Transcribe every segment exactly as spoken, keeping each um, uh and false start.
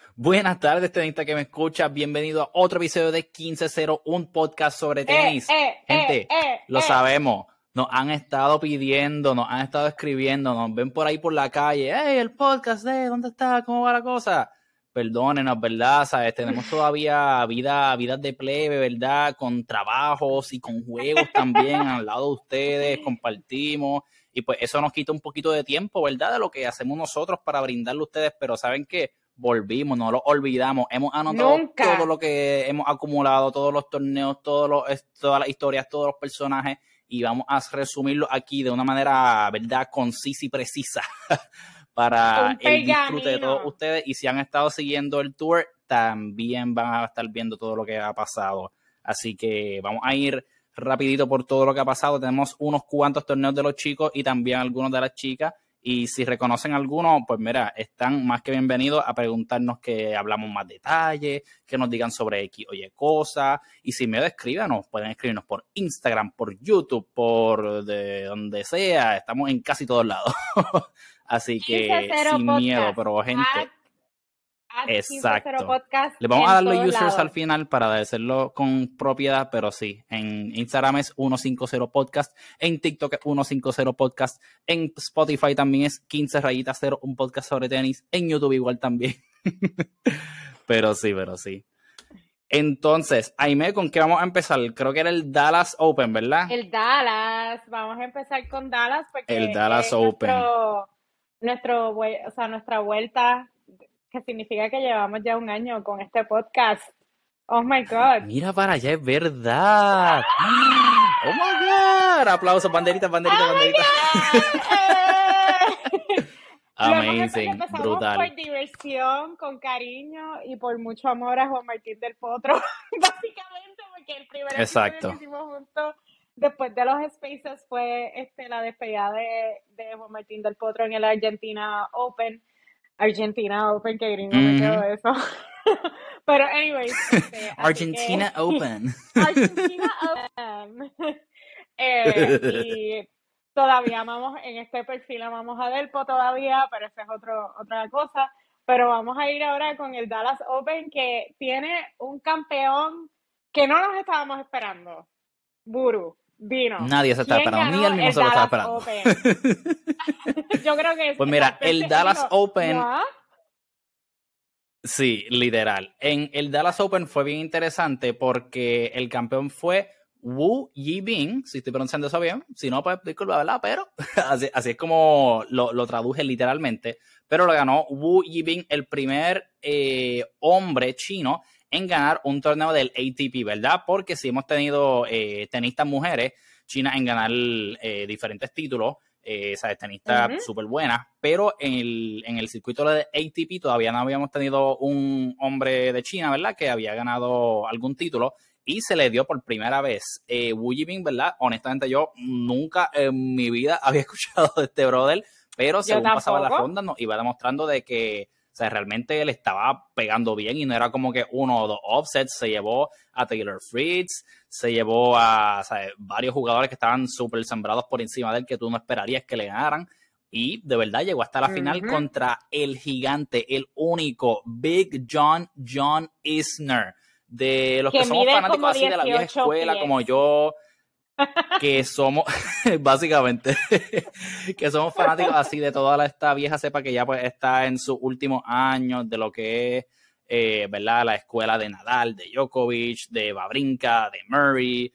Buenas tardes, tenista que me escucha. Bienvenido a otro episodio de quince cero, un podcast sobre tenis. Eh, eh, Gente, eh, eh, lo eh. sabemos. Nos han estado pidiendo, nos han estado escribiendo, nos ven por ahí por la calle. ¡Hey, el podcast! Eh, ¿dónde está? ¿Cómo va la cosa? Perdónenos, ¿verdad? ¿Sabes? Tenemos todavía vida, vidas de plebe, ¿verdad? Con trabajos y con juegos también al lado de ustedes, compartimos. Y pues eso nos quita un poquito de tiempo, ¿verdad? De lo que hacemos nosotros para brindarle a ustedes. Pero ¿saben qué? Volvimos, no lo olvidamos. Hemos anotado Nunca. todo lo que hemos acumulado, todos los torneos, todos los, todas las historias, todos los personajes. Y vamos a resumirlo aquí de una manera, ¿verdad? Concisa y precisa. Para el disfrute de todos ustedes, y si han estado siguiendo el tour, también van a estar viendo todo lo que ha pasado. Así que vamos a ir rapidito por todo lo que ha pasado. Tenemos unos cuantos torneos de los chicos y también algunos de las chicas, y si reconocen algunos, pues mira, están más que bienvenidos a preguntarnos, que hablamos más detalles, que nos digan sobre X o Y cosas, y si me escríbanos, pueden escribirnos por Instagram, por YouTube, por de donde sea, estamos en casi todos lados. Así que sin podcast. Miedo, pero gente, at, at exacto. Podcast le vamos a dar los users lados. al final para decirlo con propiedad, pero sí, en Instagram es ciento cincuenta podcast, en TikTok es ciento cincuenta podcast, en Spotify también es quince rayitas cero, un podcast sobre tenis, en YouTube igual también. Pero sí, pero sí. Entonces, Aimee, ¿con qué vamos a empezar? Creo que era el Dallas Open, ¿verdad? El Dallas, vamos a empezar con Dallas porque el Dallas Open. Nuestro, nuestro, o sea, nuestra vuelta, que significa que llevamos ya un año con este podcast. Oh my God. Mira para allá, es verdad. Oh my God. Aplausos, banderitas, banderitas, oh banderitas. Amazing, empezamos brutal. Por diversión, con cariño y por mucho amor a Juan Martín del Potro, básicamente, porque el primer Exacto. episodio que hicimos juntos después de los Spaces fue este, la despedida de, de Juan Martín del Potro en el Argentina Open. Argentina Open, que gringo mm-hmm. me quedó eso. Pero anyways. Este, Argentina que, Open. Argentina Open. eh, y todavía amamos, en este perfil amamos a Delpo todavía, pero esa es otro, otra cosa. Pero vamos a ir ahora con el Dallas Open, que tiene un campeón que no nos estábamos esperando. Buru. Vino. Nadie se está esperando, ni él mismo se lo está esperando. Yo creo que pues mira, el Dallas vino, Open. ¿no? Sí, literal. En el Dallas Open fue bien interesante porque el campeón fue Wu Yibing, si estoy pronunciando eso bien. Si no, pues disculpa, ¿verdad? Pero así, así es como lo, lo traduje literalmente. Pero lo ganó Wu Yibing, el primer eh, hombre chino en ganar un torneo del A T P, ¿verdad? Porque sí hemos tenido eh, tenistas mujeres chinas en ganar eh, diferentes títulos, eh, ¿sabes? Tenistas uh-huh. súper buenas, pero en el, en el circuito de A T P todavía no habíamos tenido un hombre de China, ¿verdad? Que había ganado algún título y se le dio por primera vez. Eh, Wu Yibing, ¿verdad? Honestamente yo nunca en mi vida había escuchado de este brother, pero según pasaba la ronda nos iba demostrando de que o sea, realmente él estaba pegando bien y no era como que uno o dos offsets. Se llevó a Taylor Fritz, se llevó a o sea, varios jugadores que estaban súper sembrados por encima de él que tú no esperarías que le ganaran. Y de verdad llegó hasta la uh-huh. final contra el gigante, el único Big John John Isner. De los que, que somos fanáticos así de la vieja escuela, pies. Como yo, que somos, básicamente, que somos fanáticos así de toda esta vieja cepa que ya pues está en sus últimos años de lo que es, eh, ¿verdad? La escuela de Nadal, de Djokovic, de Wawrinka, de Murray,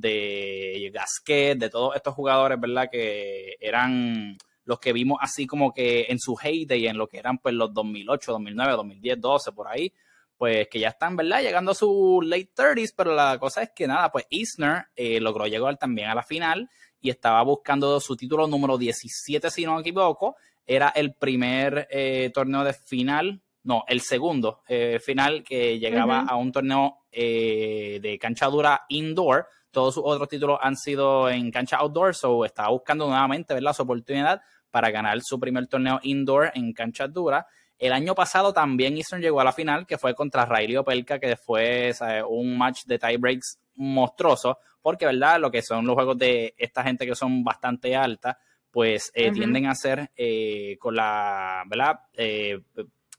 de Gasquet, de todos estos jugadores, ¿verdad? Que eran los que vimos así como que en su heyday, en lo que eran pues los dos mil ocho, dos mil nueve, dos mil diez, doce, por ahí. Pues que ya están, ¿verdad? Llegando a sus late thirties, pero la cosa es que nada, pues Isner eh, logró llegar también a la final y estaba buscando su título número diecisiete, si no me equivoco. Era el primer eh, torneo de final, no, el segundo eh, final que llegaba uh-huh. a un torneo eh, de cancha dura indoor. Todos sus otros títulos han sido en cancha outdoor, so estaba buscando nuevamente, ¿verdad? Su oportunidad para ganar su primer torneo indoor en cancha dura. El año pasado también Isner llegó a la final, que fue contra Riley Opelka, que fue ¿sabes? un match de tiebreaks monstruoso, porque, ¿verdad? Lo que son los juegos de esta gente que son bastante altas, pues eh, uh-huh. tienden a ser eh, con la, ¿verdad? Eh,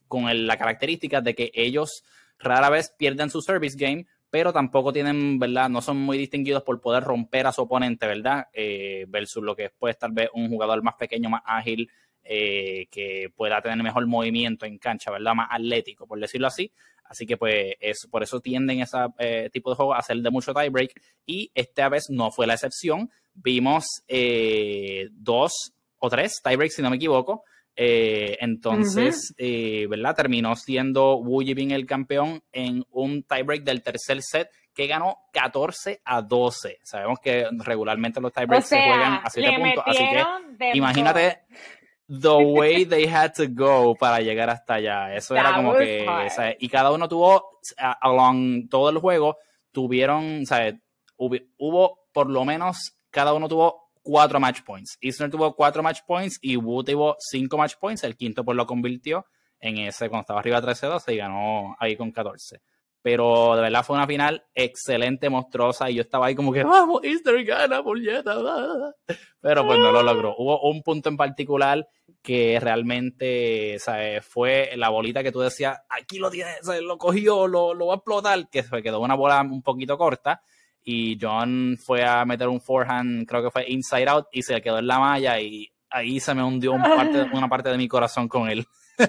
con el, la característica de que ellos rara vez pierden su service game, pero tampoco tienen, ¿verdad? No son muy distinguidos por poder romper a su oponente, ¿verdad? Eh, versus lo que es, pues, tal vez un jugador más pequeño, más ágil, eh, que pueda tener mejor movimiento en cancha, ¿verdad? Más atlético, por decirlo así. Así que, pues, es, por eso tienden ese eh, tipo de juegos a ser de mucho tiebreak. Y esta vez no fue la excepción. Vimos eh, dos o tres tiebreaks, si no me equivoco. Eh, entonces, uh-huh. eh, ¿verdad? Terminó siendo Wu Yibing el campeón en un tiebreak del tercer set que ganó catorce a doce. Sabemos que regularmente los tiebreaks o sea, se juegan a siete puntos, así que imagínate the way they had to go para llegar hasta allá. Eso That era como que, o sea, y cada uno tuvo, along todo el juego, tuvieron, o sea, hubo, hubo por lo menos, cada uno tuvo cuatro match points. Isner tuvo cuatro match points y Wu tuvo cinco match points. El quinto pues lo convirtió en ese cuando estaba arriba trece doce y ganó ahí con catorce. Pero de verdad fue una final excelente, monstruosa, y yo estaba ahí como que vamos, Isner gana, puñeta. Pero pues no lo logró. Hubo un punto en particular que realmente, ¿sabes? Fue la bolita que tú decías, aquí lo tienes, ¿sabes? Lo cogió, lo, lo va a explotar, que se quedó una bola un poquito corta. Y John fue a meter un forehand, creo que fue inside out, y se quedó en la malla y ahí se me hundió un parte, una parte de mi corazón con él.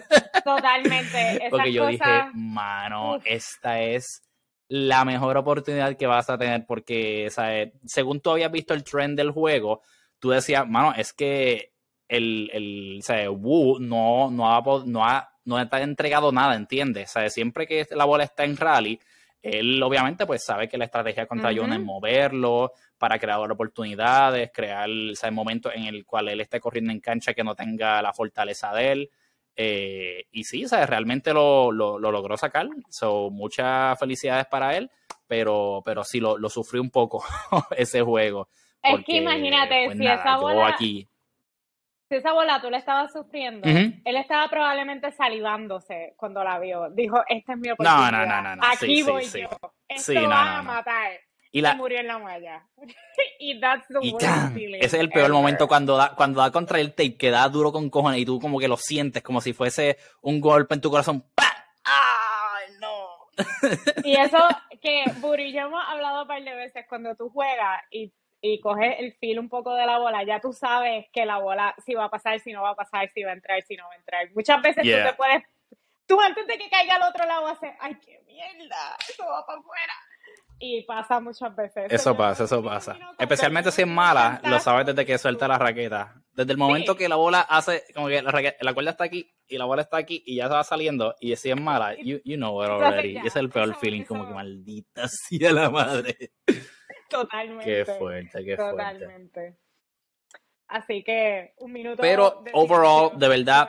Totalmente. Porque yo cosas... dije, mano, Uf. esta es la mejor oportunidad que vas a tener porque, ¿sabes? Según tú habías visto el trend del juego, tú decías, mano, es que el, el ¿sabes? Wu no, no, ha, no, ha, no ha entregado nada, ¿entiendes? ¿Sabes? Siempre que la bola está en rally, él obviamente pues sabe que la estrategia contra uh-huh. John es moverlo para crear oportunidades, crear, ¿sabes? Momentos en el cual él esté corriendo en cancha que no tenga la fortaleza de él. Eh, y sí, ¿sabes? Realmente lo, lo, lo logró sacar. So, muchas felicidades para él, pero, pero sí lo, lo sufrí un poco ese juego. Es porque, que imagínate, pues, si nada, esa bola... aquí... Si esa bola tú la estabas sufriendo, uh-huh. él estaba probablemente salivándose cuando la vio. Dijo, esta es mi oportunidad. No, no, no, no, no. Aquí sí, voy sí, yo. Sí. Esto sí, no, va no, a no. matar. Y, la... y murió en la malla. y that's the y worst tan, feeling ese es el peor ever. momento cuando da, cuando da contra el tape, que da duro con cojones y tú como que lo sientes como si fuese un golpe en tu corazón. ¡Pah! ¡Ay, no! Y eso que Buri y yo hemos hablado un par de veces, cuando tú juegas y y coges el feel un poco de la bola, ya tú sabes que la bola si va a pasar, si no va a pasar, si va a entrar, si no va a entrar. Muchas veces yeah. tú te puedes, tú antes de que caiga al otro lado haces, ¡ay, qué mierda! Eso va para afuera. Y pasa muchas veces. Eso, eso pasa, eso pasa. Especialmente si es mala, lo sabes desde que suelta la raqueta. Desde el momento sí. que la bola hace, como que la, raqueta, la cuerda está aquí y la bola está aquí y ya se va saliendo y si es mala, you, you know it already. Ese es el peor eso, feeling, eso. Como que maldita sea la madre. Totalmente. Qué fuerte, qué Totalmente. fuerte. Así que un minuto. Pero de overall, de verdad,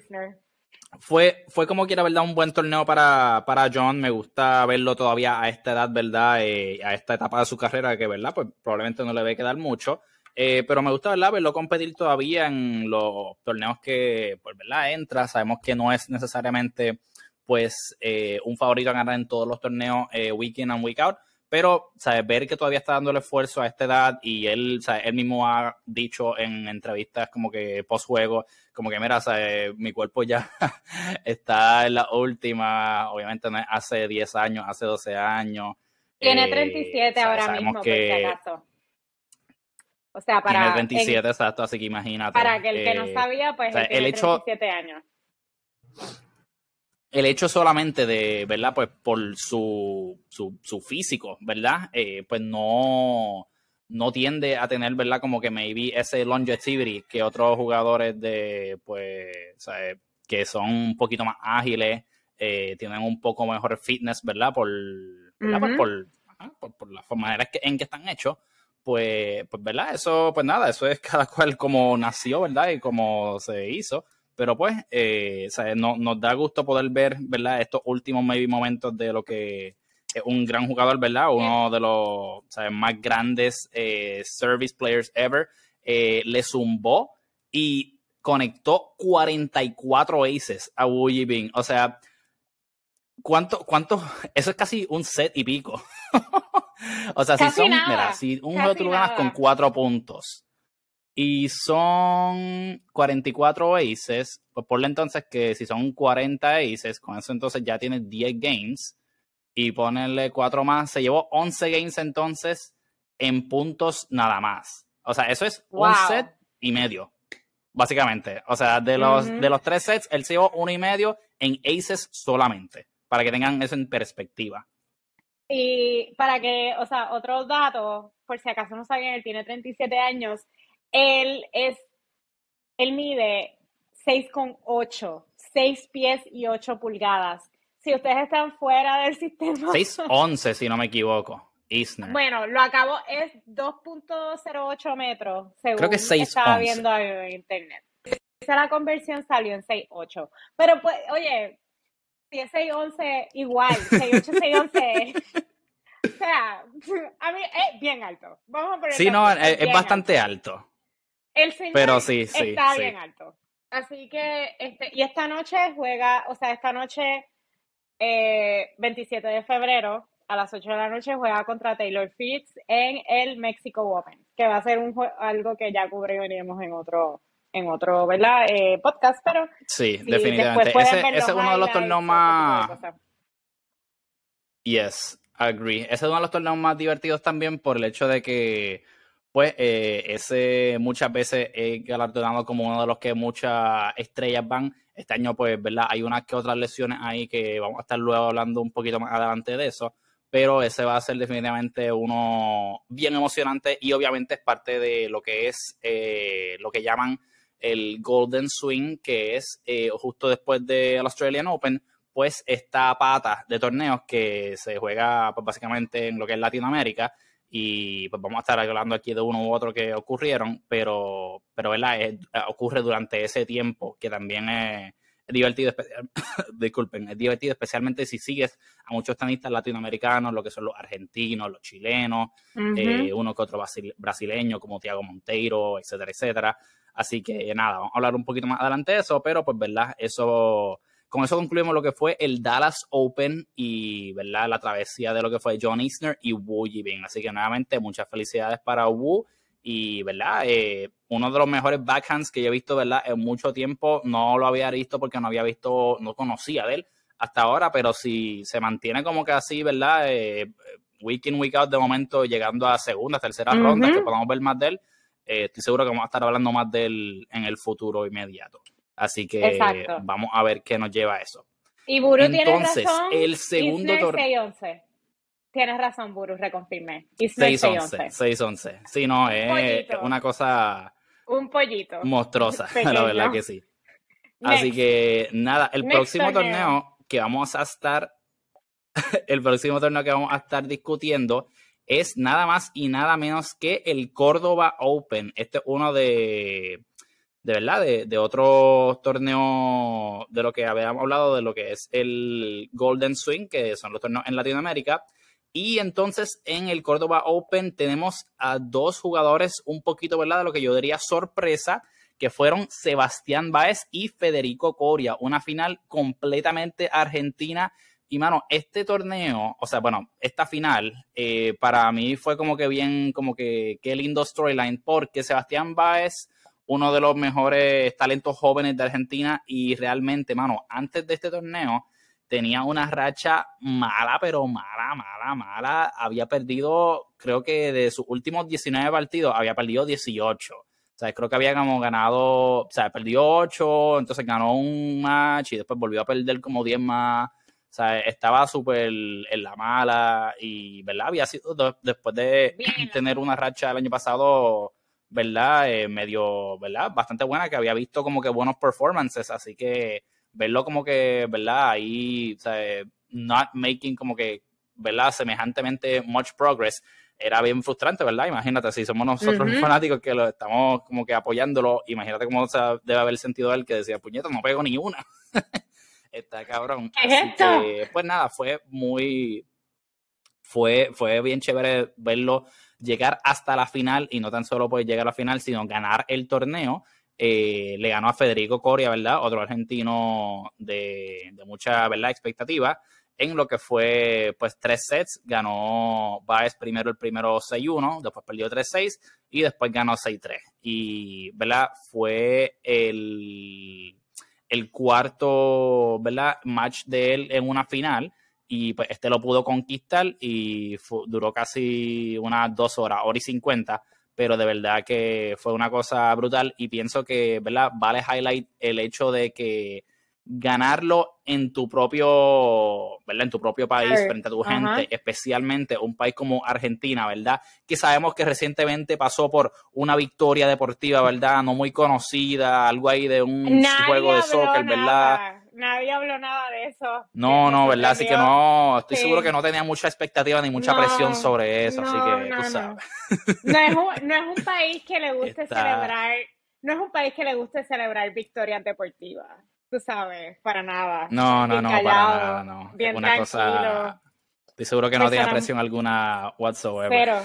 fue, fue como quiera, ¿verdad? Un buen torneo para, para John. Me gusta verlo todavía a esta edad, ¿verdad? Eh, a esta etapa de su carrera que, ¿verdad? Pues probablemente no le debe quedar mucho. Eh, pero me gusta, ¿verdad? Verlo competir todavía en los torneos que, pues, ¿verdad? Entra. Sabemos que no es necesariamente, pues, eh, un favorito a ganar en todos los torneos eh, week in and week out. Pero, ¿sabes? Ver que todavía está dando el esfuerzo a esta edad y él, ¿sabes? Él mismo ha dicho en entrevistas como que post-juego, como que, mira, ¿sabes? Mi cuerpo ya está en la última, obviamente no es hace diez años, hace doce años. Tiene treinta y siete eh, ahora mismo, que, por si acaso. O sea, para... Tiene treinta y siete, en, exacto, así que imagínate. Para que el que eh, no sabía, pues o sea, él tiene el hecho, treinta y siete años. El hecho solamente de, ¿verdad? Pues por su, su, su físico, ¿verdad? Eh, pues no, no tiende a tener, ¿verdad? Como que maybe ese longevity que otros jugadores de, pues, o sea, que son un poquito más ágiles, eh, tienen un poco mejor fitness, ¿verdad? Por, ¿verdad? Uh-huh. Pues por, ajá, por, por la manera que, en que están hechos. Pues, pues, ¿verdad? Eso, pues nada, eso es cada cual como nació, ¿verdad? Y como se hizo. Pero pues, eh, o sea, no, nos da gusto poder ver, ¿verdad? Estos últimos maybe momentos de lo que es un gran jugador, ¿verdad? Uno de los, o sea, más grandes eh, service players ever. Eh, le zumbó y conectó cuarenta y cuatro aces a Wu Yibing. O sea, ¿cuánto, cuánto? Eso es casi un set y pico. O sea, casi si son, nada, mira, si un juego tú lo ganas con cuatro puntos. y son cuarenta y cuatro aces, pues ponle entonces que si son cuarenta aces, con eso entonces ya tienes diez games, y ponerle cuatro más, se llevó once games entonces en puntos nada más. O sea, eso es Wow. un set y medio, básicamente. O sea, de los, Ujú. de los tres sets, él se llevó uno y medio en aces solamente, para que tengan eso en perspectiva. Y para que, o sea, otro dato, por si acaso no sabían, él tiene treinta y siete años, él es, él mide seis con ocho, seis pies y ocho pulgadas. Si ustedes están fuera del sistema... seis once, si no me equivoco, Isner. Bueno, lo acabo, es dos punto cero ocho metros, según Creo que es seis estaba once. viendo en internet. Esa la conversión salió en seis ocho. Pero pues, oye, si es seis once, igual, seis ocho, seis once... O sea, a mí es bien alto. Vamos a poner Sí, no, así, es, es bien bastante alto. alto. El señor Pero sí, sí, está sí. bien alto. Así que, este, y esta noche juega, o sea, esta noche, eh, veintisiete de febrero, a las ocho de la noche, juega contra Taylor Fritz en el Mexico Open, que va a ser un jue- algo que ya cubriremos en otro, en otro, ¿verdad? Eh, podcast, pero Sí, sí, definitivamente. después pueden Ese, ver ese es los uno de los highlights, torneos ese tipo de más... cosas. Yes, agree. Ese es uno de los torneos más divertidos también por el hecho de que, pues, eh, ese muchas veces es galardonado como uno de los que muchas estrellas van. Este año, pues, ¿verdad? Hay unas que otras lesiones ahí que vamos a estar luego hablando un poquito más adelante de eso, pero ese va a ser definitivamente uno bien emocionante y obviamente es parte de lo que es eh, lo que llaman el Golden Swing, que es eh, justo después del Australian Open, pues esta pata de torneos que se juega pues, básicamente en lo que es Latinoamérica, y pues vamos a estar hablando aquí de uno u otro que ocurrieron, pero, pero ¿verdad? Es, ocurre durante ese tiempo, que también es, es divertido, especial, disculpen, es divertido especialmente si sigues a muchos tenistas latinoamericanos, lo que son los argentinos, los chilenos, Uh-huh. eh, uno que otro brasil, brasileño como Thiago Monteiro, etcétera, etcétera. Así que nada, vamos a hablar un poquito más adelante de eso, pero pues verdad, eso... Con eso concluimos lo que fue el Dallas Open y, ¿verdad?, la travesía de lo que fue John Isner y Wu Yibing. Así que nuevamente muchas felicidades para Wu y, ¿verdad?, eh, uno de los mejores backhands que yo he visto, ¿verdad?, en mucho tiempo. No lo había visto porque no había visto, no conocía de él hasta ahora, pero si se mantiene como que así, ¿verdad?, eh, week in, week out de momento llegando a segundas, terceras Uh-huh. rondas, que podamos ver más de él, eh, estoy seguro que vamos a estar hablando más de él en el futuro inmediato. Así que Exacto. Vamos a ver qué nos lleva a eso. Y Buru Entonces, tiene razón. el segundo torneo. seis once. Tienes razón, Buru, reconfirmé. seis once. seis once. Sí, no, Un es, pollito. es una cosa. Un pollito. Monstruosa, Pequeño. la verdad que sí. Next. Así que, nada, el Next próximo torneo. torneo que vamos a estar. el próximo torneo que vamos a estar discutiendo es nada más y nada menos que el Córdoba Open. Este es uno de. de verdad, de, de otro torneo de lo que habíamos hablado, de lo que es el Golden Swing, que son los torneos en Latinoamérica. Y entonces en el Córdoba Open tenemos a dos jugadores un poquito, ¿verdad?, de lo que yo diría sorpresa, que fueron Sebastián Báez y Federico Coria, una final completamente argentina. Y, mano, este torneo, o sea, bueno, esta final, eh, para mí fue como que bien, como que qué lindo storyline, porque Sebastián Báez, uno de los mejores talentos jóvenes de Argentina, y realmente, mano, antes de este torneo tenía una racha mala, pero mala, mala, mala. Había perdido, creo que de sus últimos diecinueve partidos, había perdido dieciocho. O sea, creo que había como ganado, o sea, perdió ocho, entonces ganó un match y después volvió a perder como diez más. O sea, estaba súper en la mala y, ¿verdad? Había sido después de Bien. tener una racha el año pasado, ¿verdad? Eh, medio, ¿verdad? Bastante buena, que había visto como que buenos performances, así que verlo como que, ¿verdad? Ahí, o sea, not making como que, ¿verdad? Semejantemente much progress, era bien frustrante, ¿verdad? Imagínate, si somos nosotros Uh-huh. los fanáticos que lo estamos como que apoyándolo, imagínate cómo se debe haber sentido él que decía, puñeta, no pego ni una. Está cabrón. ¿Qué es Así esto? que, pues nada, fue muy, fue, fue bien chévere verlo llegar hasta la final, y no tan solo pues llegar a la final, sino ganar el torneo. Eh, le ganó a Federico Coria, ¿verdad? Otro argentino de, de mucha, ¿verdad?, expectativa. en lo que fue pues tres sets. Ganó Baez primero el primero seis uno, después perdió tres seis y después ganó seis tres. Y, ¿verdad? Fue el, el cuarto, ¿verdad? match de él en una final y pues este lo pudo conquistar y fue, duró casi unas dos horas, hora y cincuenta, pero de verdad que fue una cosa brutal y pienso que, ¿verdad? Vale highlight el hecho de que ganarlo en tu propio, ¿verdad? En tu propio país, Sure. frente a tu Ajá. gente, especialmente un país como Argentina, ¿verdad? Que sabemos que recientemente pasó por una victoria deportiva, ¿verdad? No muy conocida, algo ahí de un Nadie juego de habló soccer, ¿verdad? nada. Nadie habló nada de eso. No, Me no, ¿verdad? Así que sorprendió. no, estoy Sí. seguro que no tenía mucha expectativa ni mucha No, presión sobre eso, así no, que no, tú no. sabes. No es un, no es un país que le guste Está- celebrar, no es un país que le guste celebrar victorias deportivas. Tú sabes, para nada. No, no, Bien no, para callado, nada, no. Es bien una tranquilo. cosa, estoy seguro que no tenía Personas presión alguna whatsoever. cero.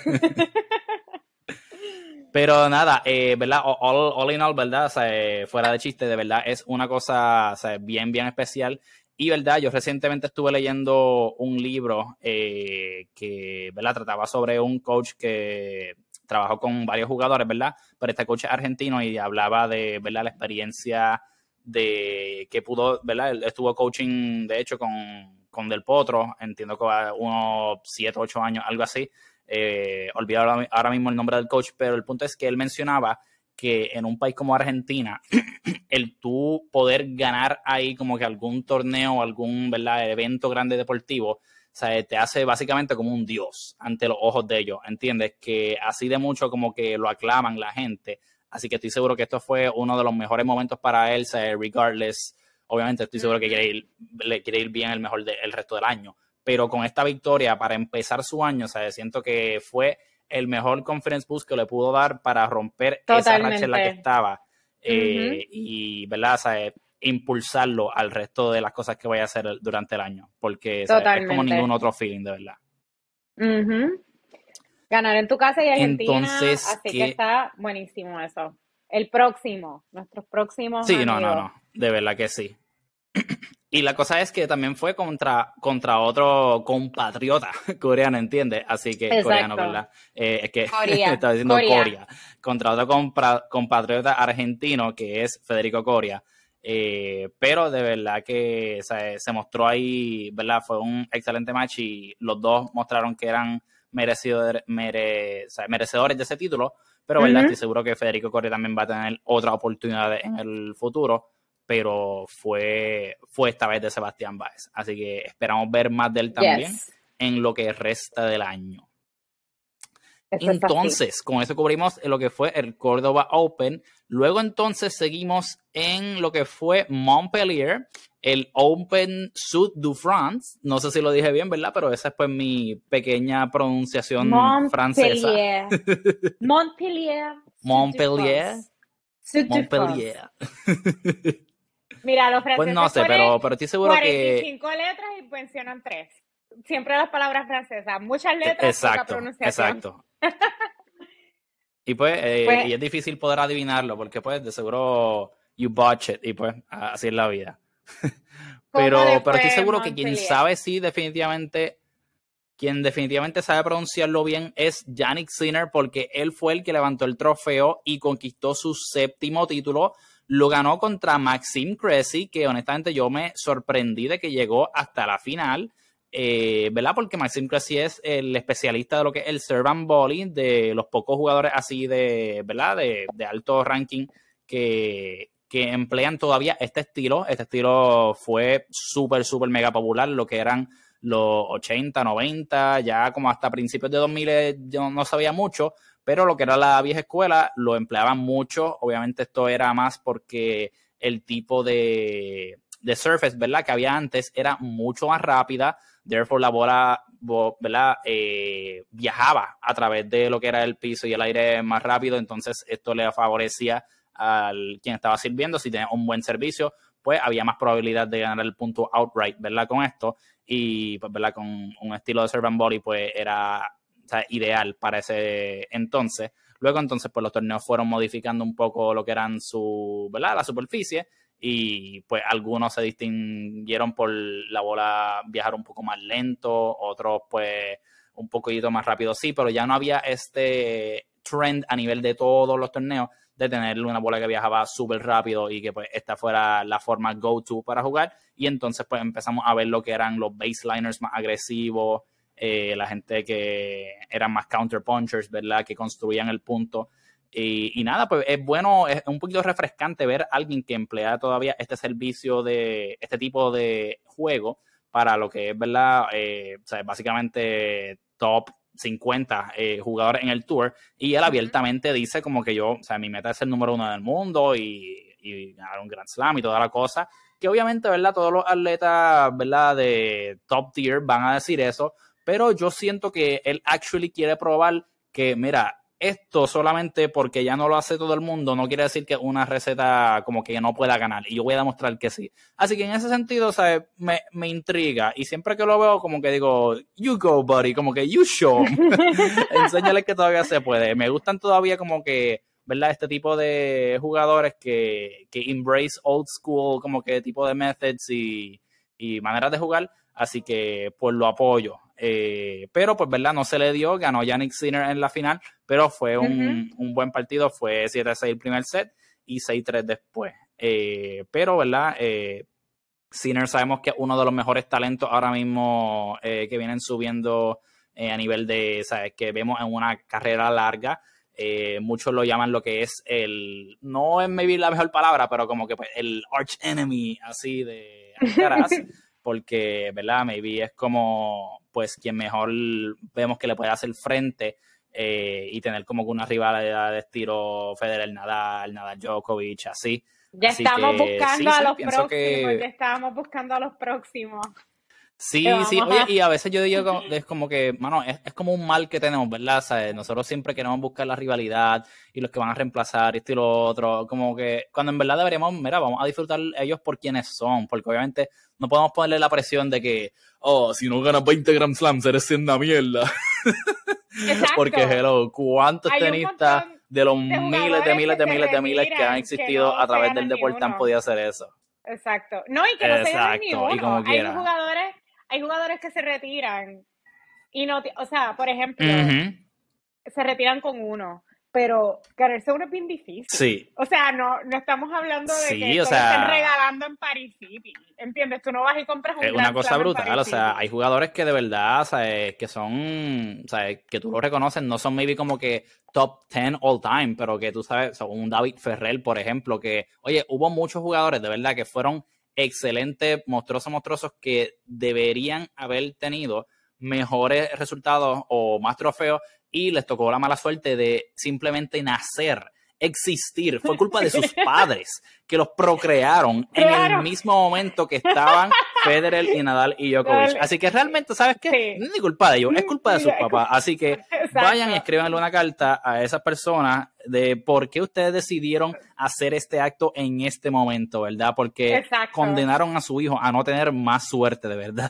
Pero nada, eh, ¿verdad? All, all in all, ¿verdad? O sea, eh, fuera de chiste, de verdad, es una cosa, o sea, bien, bien especial. Y, ¿verdad? Yo recientemente estuve leyendo un libro eh, que, ¿verdad? Trataba sobre un coach que trabajó con varios jugadores, ¿verdad? Pero este coach es argentino y hablaba de, ¿verdad? La experiencia de que pudo, ¿verdad? Él estuvo coaching, de hecho, con, con Del Potro, entiendo que va unos siete, ocho años, algo así. Eh, olvidé ahora, ahora mismo el nombre del coach, pero el punto es que él mencionaba que en un país como Argentina, el tú poder ganar ahí como que algún torneo o algún, ¿verdad? evento grande deportivo, o sea, te hace básicamente como un dios ante los ojos de ellos, ¿entiendes? Que así de mucho como que lo aclaman la gente. Así que estoy seguro que esto fue uno de los mejores momentos para él, o sea, regardless. Obviamente estoy seguro que quiere ir, le quiere ir bien el mejor de, el resto del año. Pero con esta victoria para empezar su año, o sea, siento que fue el mejor conference boost que le pudo dar para romper esa racha en la que Totalmente. estaba eh, Ujú. y, ¿verdad? O sea, impulsarlo al resto de las cosas que vaya a hacer durante el año, porque o sea, es como Totalmente. ningún otro feeling, de verdad. Ujú. Ganar en tu casa y Argentina, Entonces, así que que está buenísimo eso. El próximo, nuestros próximos sí, no, no, amigos. no, de verdad que sí. Y la cosa es que también fue contra, contra otro compatriota coreano, ¿entiendes? Así que, coreano, Exacto. ¿verdad? Eh, es que Corea. estaba diciendo Corea. Corea. Contra otro compra, compatriota argentino que es Federico Coria. Eh, pero de verdad que o sea, se mostró ahí, ¿verdad? Fue un excelente match y los dos mostraron que eran merecedores, mere, o sea, merecedores de ese título. Pero, ¿verdad? Ujú. Estoy seguro que Federico Coria también va a tener otra oportunidad en el futuro, pero fue, fue esta vez de Sebastián Báez. Así que esperamos ver más de él también Yes. en lo que resta del año. Eso es así. Entonces, con eso cubrimos lo que fue el Córdoba Open. Luego entonces seguimos en lo que fue Montpellier, el Open Sud du France. No sé si lo dije bien, ¿verdad? Pero esa es pues mi pequeña pronunciación francesa. Montpellier. Montpellier. Montpellier. Sud du Montpellier. France. Mira, los Pues franceses no sé, ponen pero, pero estoy seguro cuarenta y que... cinco letras y mencionan tres. Siempre las palabras francesas. Muchas letras, Exacto, poca pronunciación. exacto. Y pues, eh, Pues, y es difícil poder adivinarlo porque pues de seguro you botch it y pues así es la vida. ¿cómo Pero, le pero estoy fue seguro que quien Montpellier? sabe sí definitivamente, quien definitivamente sabe pronunciarlo bien es Jannik Sinner porque él fue el que levantó el trofeo y conquistó su séptimo título. Lo ganó contra Maxime Cressy, que honestamente yo me sorprendí de que llegó hasta la final. Eh, ¿verdad? Porque Maxime Cressy es el especialista de lo que es el serve and volley, de los pocos jugadores así de, ¿verdad? De, de alto ranking que, que emplean todavía este estilo. Este estilo fue súper, súper mega popular, lo que eran los ochenta, noventa, ya como hasta principios de dos mil yo no sabía mucho, pero lo que era la vieja escuela lo empleaban mucho. Obviamente esto era más porque el tipo de, de surface, ¿verdad? Que había antes era mucho más rápida. Therefore, la bola, ¿verdad? Eh, viajaba a través de lo que era el piso y el aire más rápido. Entonces, esto le favorecía al quien estaba sirviendo. Si tenía un buen servicio, pues había más probabilidad de ganar el punto outright, ¿verdad? Con esto. Y, pues, ¿verdad? Con un estilo de serve and volley, pues era, o sea, ideal para ese entonces. Luego, entonces, pues los torneos fueron modificando un poco lo que eran su, ¿verdad? La superficie. y pues algunos se distinguieron por la bola viajar un poco más lento, otros pues un poquito más rápido, sí, pero ya no había este trend a nivel de todos los torneos de tener una bola que viajaba súper rápido y que pues esta fuera la forma go-to para jugar, y entonces pues empezamos a ver lo que eran los baseliners más agresivos, eh, la gente que eran más counter-punchers, ¿verdad? Que construían el punto, y, y nada, pues es bueno, es un poquito refrescante ver a alguien que emplea todavía este servicio de este tipo de juego para lo que es, ¿verdad? Eh, o sea, básicamente top cincuenta eh, jugadores en el tour, y él abiertamente dice como que yo, o sea, mi meta es ser número uno del mundo y, y ganar un Grand Slam y toda la cosa, que obviamente, ¿verdad? Todos los atletas, ¿verdad? De top tier van a decir eso, pero yo siento que él actually quiere probar que, mira, esto solamente porque ya no lo hace todo el mundo no quiere decir que una receta como que no pueda ganar, y yo voy a demostrar que sí. Así que en ese sentido, ¿sabes? Me, me intriga, y siempre que lo veo como que digo, you go buddy, como que you show. Enséñale que todavía se puede. Me gustan todavía como que, ¿verdad? Este tipo de jugadores que, que embrace old school como que tipo de methods y, y maneras de jugar, así que pues lo apoyo. Eh, pero pues, ¿verdad? No se le dio, ganó Jannik Sinner en la final, pero fue un, uh-huh. un buen partido, fue siete a seis el primer set y seis a tres después. Eh, pero, ¿verdad? Eh, Sinner sabemos que es uno de los mejores talentos ahora mismo eh, que vienen subiendo eh, a nivel de, ¿sabes? Que vemos en una carrera larga. Eh, muchos lo llaman lo que es el, no es maybe la mejor palabra, pero como que pues, el arch enemy así de Alcaraz. Porque, ¿verdad? Maybe es como, pues, quien mejor vemos que le puede hacer frente eh, y tener como una rivalidad de estilo Federer, Nadal, Nadal Djokovic, así. Ya así estamos que, buscando sí, a sí, los próximos, que... ya estábamos buscando a los próximos. Sí, sí, oye, a... y a veces yo digo, es como que, mano, es, es como un mal que tenemos, ¿verdad? O sea, nosotros siempre queremos buscar la rivalidad y los que van a reemplazar esto y lo otro, como que cuando en verdad deberíamos, mira, vamos a disfrutar ellos por quienes son, porque obviamente no podemos ponerle la presión de que, oh, si no ganas veinte Grand Slams eres siendo mierda. Porque, hello, ¿cuántos tenistas de los de miles de miles de miles de miles que han existido que no a través del deporte han podido hacer eso? Exacto. No, y que no se ganan ni uno. Y como hay jugadores, hay jugadores que se retiran y no, o sea, por ejemplo, uh-huh. se retiran con uno, pero ganarse uno es bien difícil. Sí. O sea, no, no estamos hablando de sí, que o te sea, estén regalando en Paris City, ¿entiendes? Tú no vas y compras un es una cosa brutal, o sea, hay jugadores que de verdad, ¿sabes? Que son, ¿sabes? Que tú lo reconoces, no son maybe como que top ten all time, pero que tú sabes, son un David Ferrer, por ejemplo, que, oye, hubo muchos jugadores de verdad que fueron excelentes, monstruosos, monstruosos, que deberían haber tenido mejores resultados o más trofeos y les tocó la mala suerte de simplemente nacer, existir. Fue culpa de sus padres que los procrearon claro. en el mismo momento que estaban Federer y Nadal y Djokovic. Así que realmente, ¿sabes qué? Sí. No es ni culpa de ellos, es culpa de sus papás. Así que exacto. Vayan y escríbanle una carta a esas personas de por qué ustedes decidieron hacer este acto en este momento, ¿verdad? Porque exacto. condenaron a su hijo a no tener más suerte, de verdad.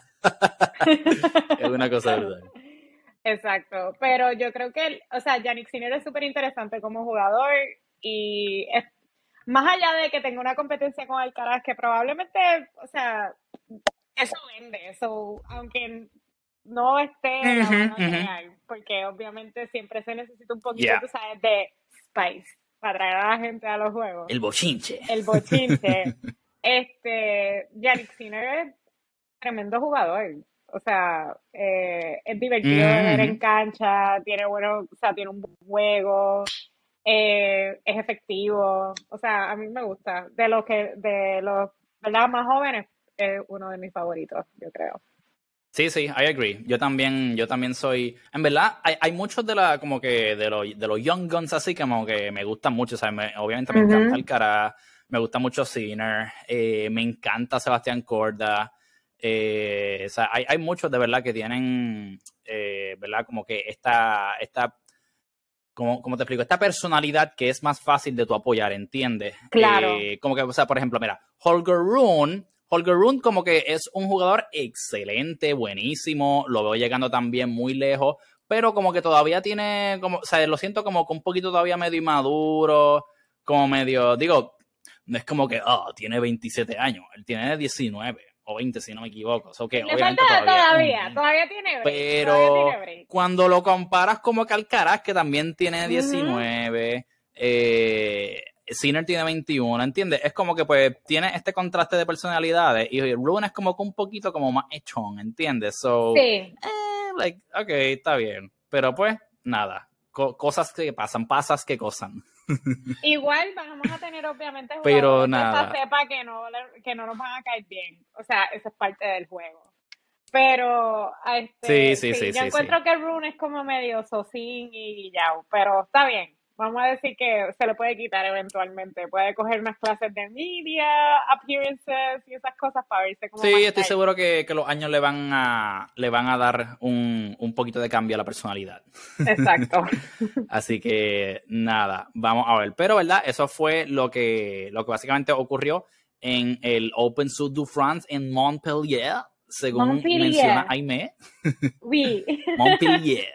Es una cosa brutal. Exacto, pero yo creo que, o sea, Jannik Sinner es súper interesante como jugador y es, más allá de que tenga una competencia con Alcaraz, que probablemente, o sea, eso vende, eso, aunque no esté en la mano general, porque obviamente siempre se necesita un poquito, yeah. tú sabes, de spice para traer a la gente a los juegos. El bochinche. El bochinche. este, Jannik Sinner es tremendo jugador. O sea, eh, es divertido mm-hmm. de ver en cancha, tiene bueno, o sea, tiene un buen juego, eh, es efectivo. O sea, a mí me gusta. De los que, de los, ¿verdad? Más jóvenes, es uno de mis favoritos, yo creo. Sí, sí, I agree. Yo también, yo también soy, en verdad, hay, hay muchos de la, como que de los, de los young guns así, como que me gustan mucho, o sea, me, obviamente me uh-huh. encanta Alcaraz, me gusta mucho Sinner, eh, me encanta Sebastián Corda. Eh, o sea, hay, hay muchos de verdad que tienen, eh, ¿verdad? Como que esta, esta como, como te explico, esta personalidad que es más fácil de tu apoyar, ¿entiendes? Claro. Eh, como que, o sea, por ejemplo, mira, Holger Rune, Holger Rune como que es un jugador excelente, buenísimo, lo veo llegando también muy lejos, pero como que todavía tiene, como, o sea, lo siento como que un poquito todavía medio inmaduro, como medio, digo, no es como que, oh, tiene veintisiete años, él tiene diecinueve o veinte, si no me equivoco. So que, Le obviamente, falta todavía, todavía, mm, todavía tiene break. pero todavía tiene break. cuando lo comparas como que Alcaraz, que también tiene Ujú. diecinueve, eh, Sinner tiene veintiuno, ¿entiendes? Es como que pues tiene este contraste de personalidades y Rune es como que un poquito como más echón, ¿entiendes? So, Sí. eh, like, ok, está bien. Pero pues, nada, co- cosas que pasan, pasas que cosan. Igual vamos a tener obviamente Pero jugadores de nada. esta cepa que no, le- que no nos van a caer bien. O sea, eso es parte del juego. Pero este, Sí, sí, sí, sí, yo sí, encuentro sí. que Rune es como medio sosín y ya, pero está bien. Vamos a decir que se le puede quitar eventualmente. Puede coger unas clases de media, appearances y esas cosas para verse como más Sí, estoy nice. seguro que, que los años le van a, le van a dar un, un poquito de cambio a la personalidad. Exacto. Así que nada, vamos a ver. Pero, ¿verdad? Eso fue lo que, lo que básicamente ocurrió en el Open Sud du France en Montpellier, según Montpellier. menciona Aimé. Oui. Montpellier.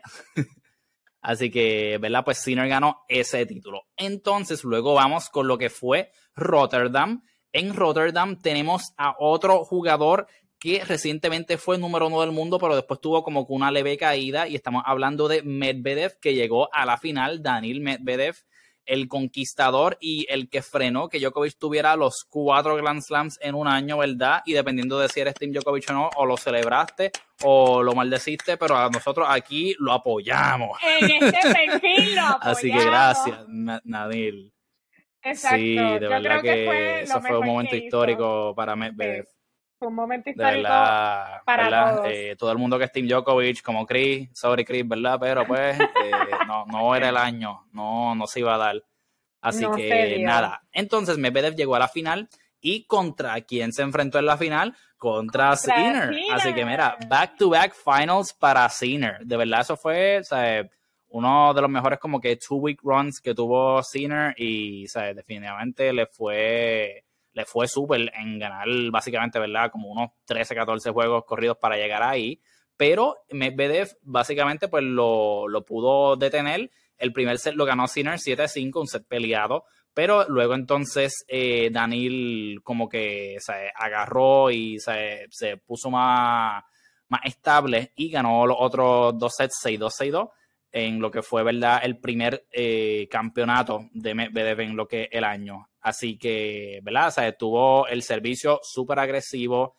Así que, ¿verdad? Pues Sinner ganó ese título. Entonces, luego vamos con lo que fue Rotterdam. En Rotterdam tenemos a otro jugador que recientemente fue número uno del mundo, pero después tuvo como que una leve caída, y estamos hablando de Medvedev, que llegó a la final. Daniil Medvedev, el conquistador y el que frenó que Djokovic tuviera los cuatro Grand Slams en un año, ¿verdad? Y dependiendo de si eres Team Djokovic o no, o lo celebraste o lo maldeciste, pero a nosotros aquí lo apoyamos. En este perfil lo apoyamos. Así que gracias, Nadil. Exacto. Sí, de Yo verdad creo que, que fue eso lo fue un mejor momento que hizo. histórico para Medvedev. Sí. Fue un momento De histórico verdad, para ¿verdad? todos. Eh, todo el mundo que es Team Djokovic, como Chris, sorry Chris, ¿verdad? Pero pues eh, no, no era el año, no, no se iba a dar. Así No se que dio. nada. Entonces Medvedev llegó a la final. ¿Y contra quién se enfrentó en la final? Contra, Contra Sinner. Sinner. Así que mira, back to back finals para Sinner. De verdad, eso fue, o sea, uno de los mejores como que two week runs que tuvo Sinner, y o sea, definitivamente le fue le fue súper en ganar básicamente, ¿verdad? Como unos trece, catorce juegos corridos para llegar ahí. Pero Medvedev básicamente pues lo, lo pudo detener. El primer set lo ganó Sinner siete a cinco, un set peleado. Pero luego entonces eh, Daniil como que se agarró y se, se puso más, más estable y ganó los otros dos sets seis dos, seis dos, en lo que fue, ¿verdad?, el primer eh, campeonato de Medvedev en lo que el año. Así que, ¿verdad? O sea, tuvo el servicio súper agresivo,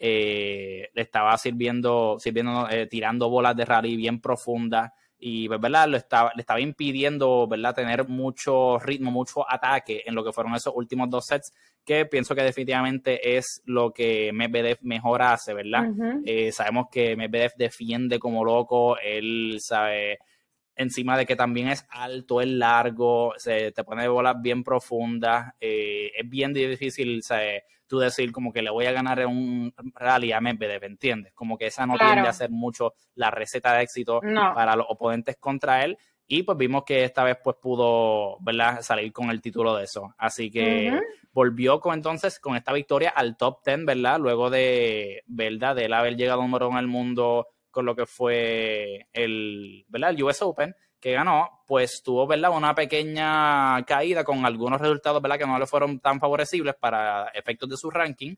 eh, le estaba sirviendo, sirviendo eh, tirando bolas de rally bien profundas. Y, ¿verdad? Lo estaba, le estaba impidiendo, ¿verdad?, tener mucho ritmo, mucho ataque en lo que fueron esos últimos dos sets, que pienso que definitivamente es lo que Medvedev mejor hace, ¿verdad? Uh-huh. Eh, sabemos que Medvedev defiende como loco, él sabe, encima de que también es alto, es largo, se te pone bolas bien profundas, eh, es bien difícil, ¿sabes?, tú decir como que le voy a ganar en un rally a Medvedev, ¿entiendes? Como que esa no Claro. tiende a ser mucho la receta de éxito no. para los oponentes contra él, y pues vimos que esta vez pues pudo, ¿verdad?, salir con el título de eso. Así que Uh-huh. volvió con entonces con esta victoria al top diez, ¿verdad? Luego de, ¿verdad?, de él haber llegado número uno en el mundo con lo que fue el, ¿verdad?, el U S Open, que ganó, pues tuvo, ¿verdad?, una pequeña caída con algunos resultados, ¿verdad?, que no le fueron tan favorecibles para efectos de su ranking,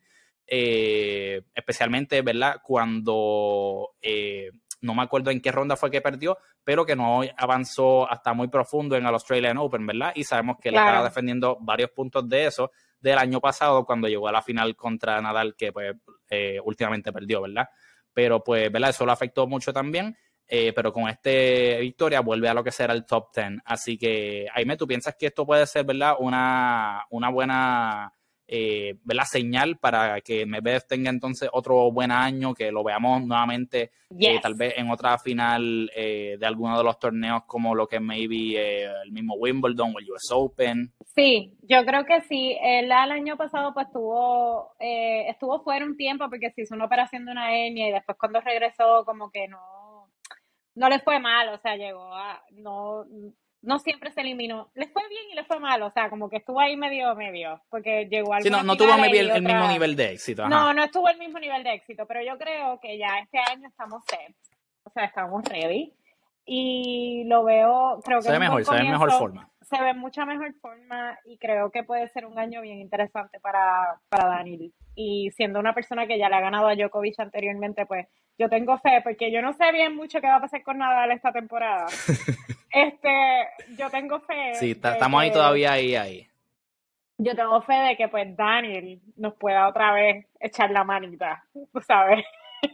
eh, especialmente, ¿verdad?, cuando eh, no me acuerdo en qué ronda fue que perdió, pero que no avanzó hasta muy profundo en el Australian Open, ¿verdad? Y sabemos que Claro. le estaba defendiendo varios puntos de eso del año pasado cuando llegó a la final contra Nadal, que pues eh, últimamente perdió, ¿verdad? Pero pues, ¿verdad?, eso lo afectó mucho también. Eh, pero con esta victoria vuelve a lo que será el top diez. Así que, Aime, ¿tú piensas que esto puede ser, ¿verdad?, una, una buena eh, ¿verdad?, señal para que Medvedev tenga entonces otro buen año, que lo veamos nuevamente Yes. eh, tal vez en otra final eh, de alguno de los torneos, como lo que es maybe eh, el mismo Wimbledon o el U S Open? Sí, yo creo que sí. Él el año pasado pues estuvo, eh, estuvo fuera un tiempo porque se hizo una operación de una hernia, y después cuando regresó como que no, no le fue mal, o sea, llegó a, no, no siempre se eliminó. Le fue bien y le fue mal, o sea, como que estuvo ahí medio, medio, porque llegó a Sí, no, algunas no tuvo finales maybe y el, el mismo otras- nivel de éxito. Ajá. No, no estuvo al mismo nivel de éxito, pero yo creo que ya este año estamos set, o sea, estamos ready. y lo veo, creo que Se es ve un buen mejor, se ve en comienzo, mejor forma. se ve en mucha mejor forma y creo que puede ser un año bien interesante para, para Daniel. Y siendo una persona que ya le ha ganado a Djokovic anteriormente, pues yo tengo fe, porque yo no sé bien mucho qué va a pasar con Nadal esta temporada. Este, yo tengo fe Sí, ta- de estamos ahí que, todavía ahí, ahí. yo tengo fe de que pues Daniel nos pueda otra vez echar la manita, tú sabes.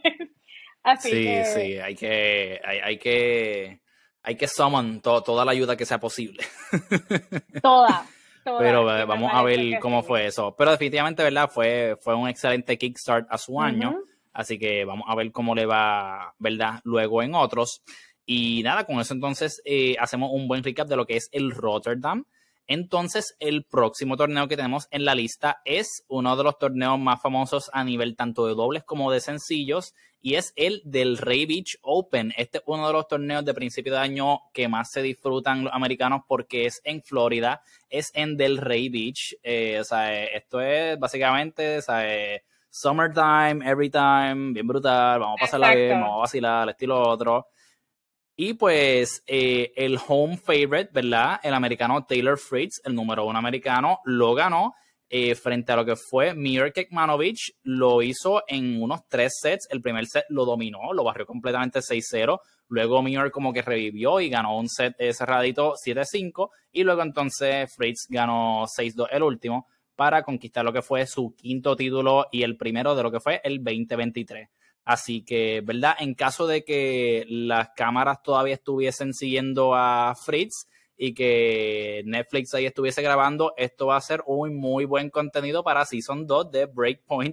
Así Sí, que sí, hay que, hay, hay que, hay que summon to- toda la ayuda que sea posible. toda, toda, Pero y eh, me vamos a parece ver que cómo sí. fue eso. Pero definitivamente, ¿verdad? Fue, fue un excelente kickstart a su año. Ujú. Así que vamos a ver cómo le va, ¿verdad? Luego en otros. Y nada, con eso entonces eh, hacemos un buen recap de lo que es el Rotterdam. Entonces, el próximo torneo que tenemos en la lista es uno de los torneos más famosos a nivel tanto de dobles como de sencillos, y es el del Ray Beach Open. Este es uno de los torneos de principio de año que más se disfrutan los americanos porque es en Florida, es en Delray Beach. Eh, o sea, esto es básicamente, o sea, summertime, every time, bien brutal, vamos a pasarla bien, Exacto. vamos a vacilar, el estilo otro. Y pues eh, el home favorite, ¿verdad? El americano Taylor Fritz, el número uno americano, lo ganó eh, frente a lo que fue Mir Kekmanovic. Lo hizo en unos tres sets. El primer set lo dominó, lo barrió completamente seis cero. Luego Mir como que revivió y ganó un set eh, cerradito siete cinco. Y luego entonces Fritz ganó seis dos el último para conquistar lo que fue su quinto título y el primero de lo que fue el veinte veintitrés. Así que, ¿verdad? En caso de que las cámaras todavía estuviesen siguiendo a Fritz y que Netflix ahí estuviese grabando, esto va a ser un muy buen contenido para Season dos de Breakpoint.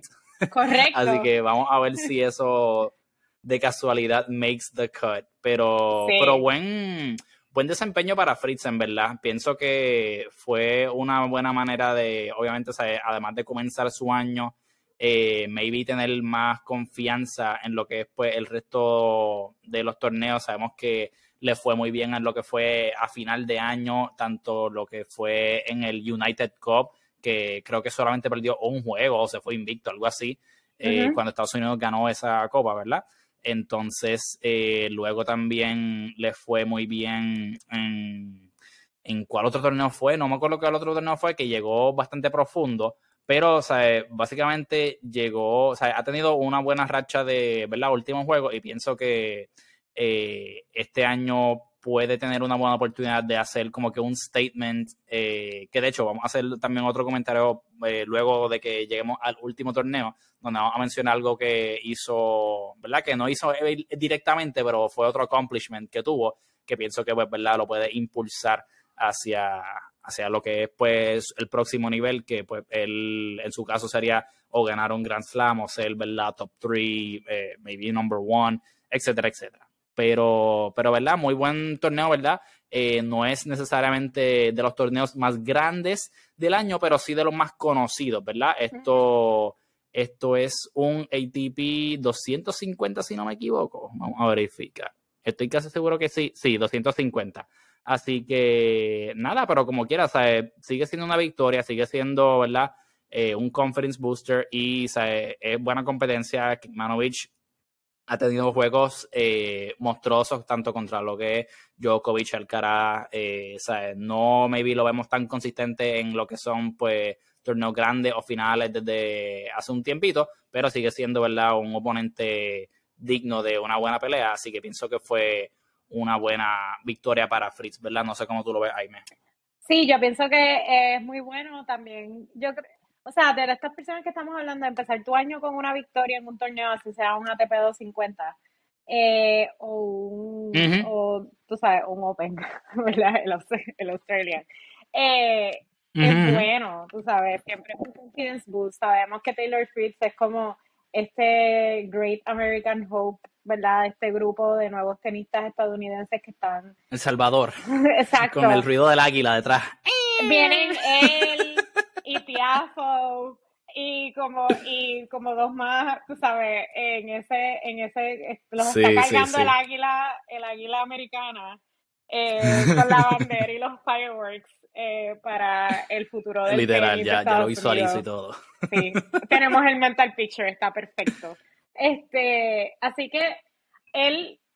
Así Correcto. que vamos a ver si eso de casualidad makes the cut. Pero, pero Sí. buen, buen desempeño para Fritz, en verdad. Pienso que fue una buena manera de, obviamente, o sea, además de comenzar su año, eh, maybe tener más confianza en lo que es pues, el resto de los torneos. Sabemos que le fue muy bien en lo que fue a final de año, tanto lo que fue en el United Cup, que creo que solamente perdió un juego o se fue invicto, algo así, eh, Ujú. cuando Estados Unidos ganó esa copa, ¿verdad? Entonces, eh, luego también le fue muy bien en, en cuál otro torneo fue, no me acuerdo cuál otro torneo fue, que llegó bastante profundo, pero, o sea, básicamente llegó, o sea, ha tenido una buena racha de, ¿verdad? Últimos juegos, y pienso que eh, este año puede tener una buena oportunidad de hacer como que un statement, eh, que de hecho vamos a hacer también otro comentario eh, luego de que lleguemos al último torneo, donde vamos a mencionar algo que hizo, ¿verdad? Que no hizo él directamente, pero fue otro accomplishment que tuvo, que pienso que, pues, ¿verdad? Lo puede impulsar hacia, hacia lo que es, pues, el próximo nivel, que, pues, él, en su caso sería o ganar un Grand Slam o ser, ¿verdad? Top three, eh, maybe number one, etcétera, etcétera. Pero, pero, ¿verdad? Muy buen torneo, ¿verdad? Eh, no es necesariamente de los torneos más grandes del año, pero sí de los más conocidos, ¿verdad? Ujú. Esto, esto es un A T P doscientos cincuenta, si no me equivoco. Vamos a verificar. Estoy casi seguro que sí, sí, doscientos cincuenta. Así que, nada, pero como quieras, ¿sabes? Sigue siendo una victoria, sigue siendo, ¿verdad? Eh, un conference booster y, ¿sabes? Es buena competencia. Kekmanovic ha tenido juegos eh, monstruosos tanto contra lo que es Djokovic, Alcaraz, eh, ¿sabes? No maybe lo vemos tan consistente en lo que son pues torneos grandes o finales desde hace un tiempito, pero sigue siendo, ¿verdad?, un oponente digno de una buena pelea, así que pienso que fue una buena victoria para Fritz, ¿verdad? No sé cómo tú lo ves, Jaime. Sí, yo pienso que es muy bueno también. Yo creo, o sea, de estas personas que estamos hablando, de empezar tu año con una victoria en un torneo, así sea un A T P doscientos cincuenta, eh, o un, Uh -huh. o tú sabes, un Open, ¿verdad? El, Aus- el Australian. Eh, Uh es -huh. bueno, tú sabes, siempre es un confidence boost. Sabemos que Taylor Fritz es como este Great American Hope, ¿verdad? Este grupo de nuevos tenistas estadounidenses que están. El Salvador, con el Exacto. ruido del águila detrás. Vienen él y Tiafoe y como y como dos más, tú sabes, en ese en ese los está Sí, sí, cargando el sí. águila el águila americana, eh, con la bandera y los fireworks, eh, para el futuro del Literal, tenis de ya, ya lo Estados visualizo y Unidos. todo. Sí, tenemos el mental picture, está perfecto. Este, así que él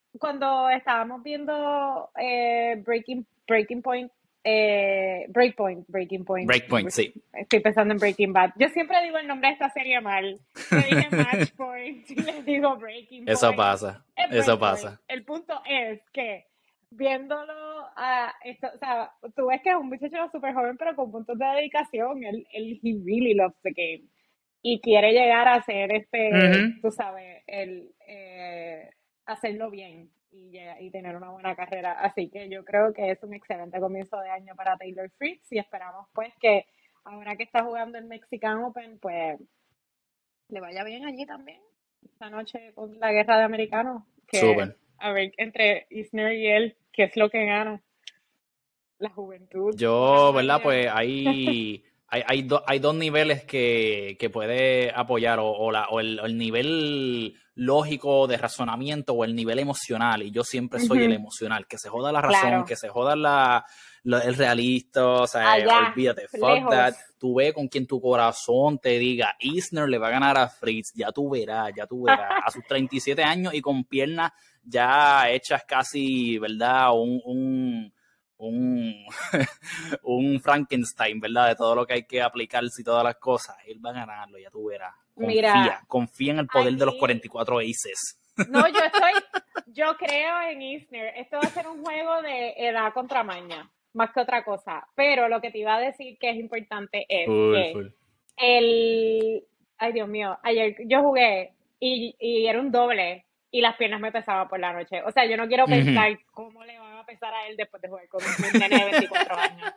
cuando estábamos viendo eh, Breaking, Breaking Point, eh, Breakpoint, Breaking Point, Breakpoint, sí. estoy pensando en Breaking Bad. Yo siempre digo el nombre de esta serie mal. Yo dije Match Point y les digo Breaking Eso Point. pasa, Es eso Breakpoint. pasa. El punto es que viéndolo a esto, o sea, tú ves que es un muchacho súper joven, pero con puntos de dedicación. Él, él, he really loves the game. Y quiere llegar a hacer este, Ujú. tú sabes, el eh, hacerlo bien y, llega- y tener una buena carrera. Así que yo creo que es un excelente comienzo de año para Taylor Fritz y esperamos pues que ahora que está jugando el Mexican Open, pues le vaya bien allí también. Esta noche con la guerra de americanos, que Súper. a ver entre Isner y él, qué es lo que gana. La juventud Yo, ¿verdad? ganadora. Pues hay, hay, hay, do- hay dos niveles que, que puede apoyar, o, o la, o el, o el nivel lógico de razonamiento o el nivel emocional, y yo siempre soy el Ujú, emocional, que se joda la razón, claro, que se joda la, la- el realista, o sea, eh, allá, olvídate, fuck lejos. that, tú ve con quien tu corazón te diga, Isner le va a ganar a Fritz, ya tú verás, ya tú verás, a sus treinta y siete años y con piernas ya hechas casi, ¿verdad? Un... un un, un Frankenstein, ¿verdad? De todo lo que hay que aplicarse y todas las cosas. Él va a ganarlo, ya tú verás. Mira, Confía, confía en el poder de los allí, cuarenta y cuatro aces. no, yo estoy, yo creo en Isner. Esto va a ser un juego de edad contra maña, más que otra cosa. Pero lo que te iba a decir que es importante es Full, que full. el, ay Dios mío, ayer yo jugué y, y era un doble y las piernas me pesaban por la noche. O sea, yo no quiero Ujú. pensar cómo le van a pesar a él después de jugar con un nene de veinticuatro años.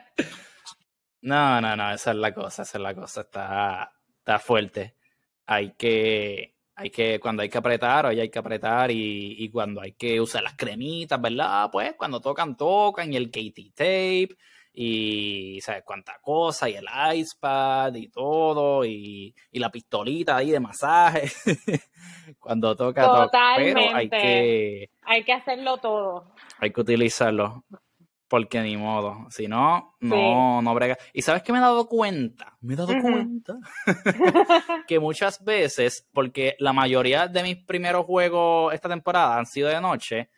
No, no, no, esa es la cosa, esa es la cosa. Está, está fuerte. Hay que, hay que, cuando hay que apretar, hoy hay que apretar y, y cuando hay que usar las cremitas, ¿verdad? Pues cuando tocan, tocan y el K T tape y sabes cuánta cosa y el ice pad y todo y, y la pistolita ahí de masaje. Cuando toca, toca. Pero hay Totalmente. que, Hay que hacerlo todo. hay que utilizarlo. Porque ni modo. Si no, Sí. no, no brega. ¿Y sabes qué me he dado cuenta? Me he dado Ujú. cuenta que muchas veces, porque la mayoría de mis primeros juegos esta temporada han sido de noche,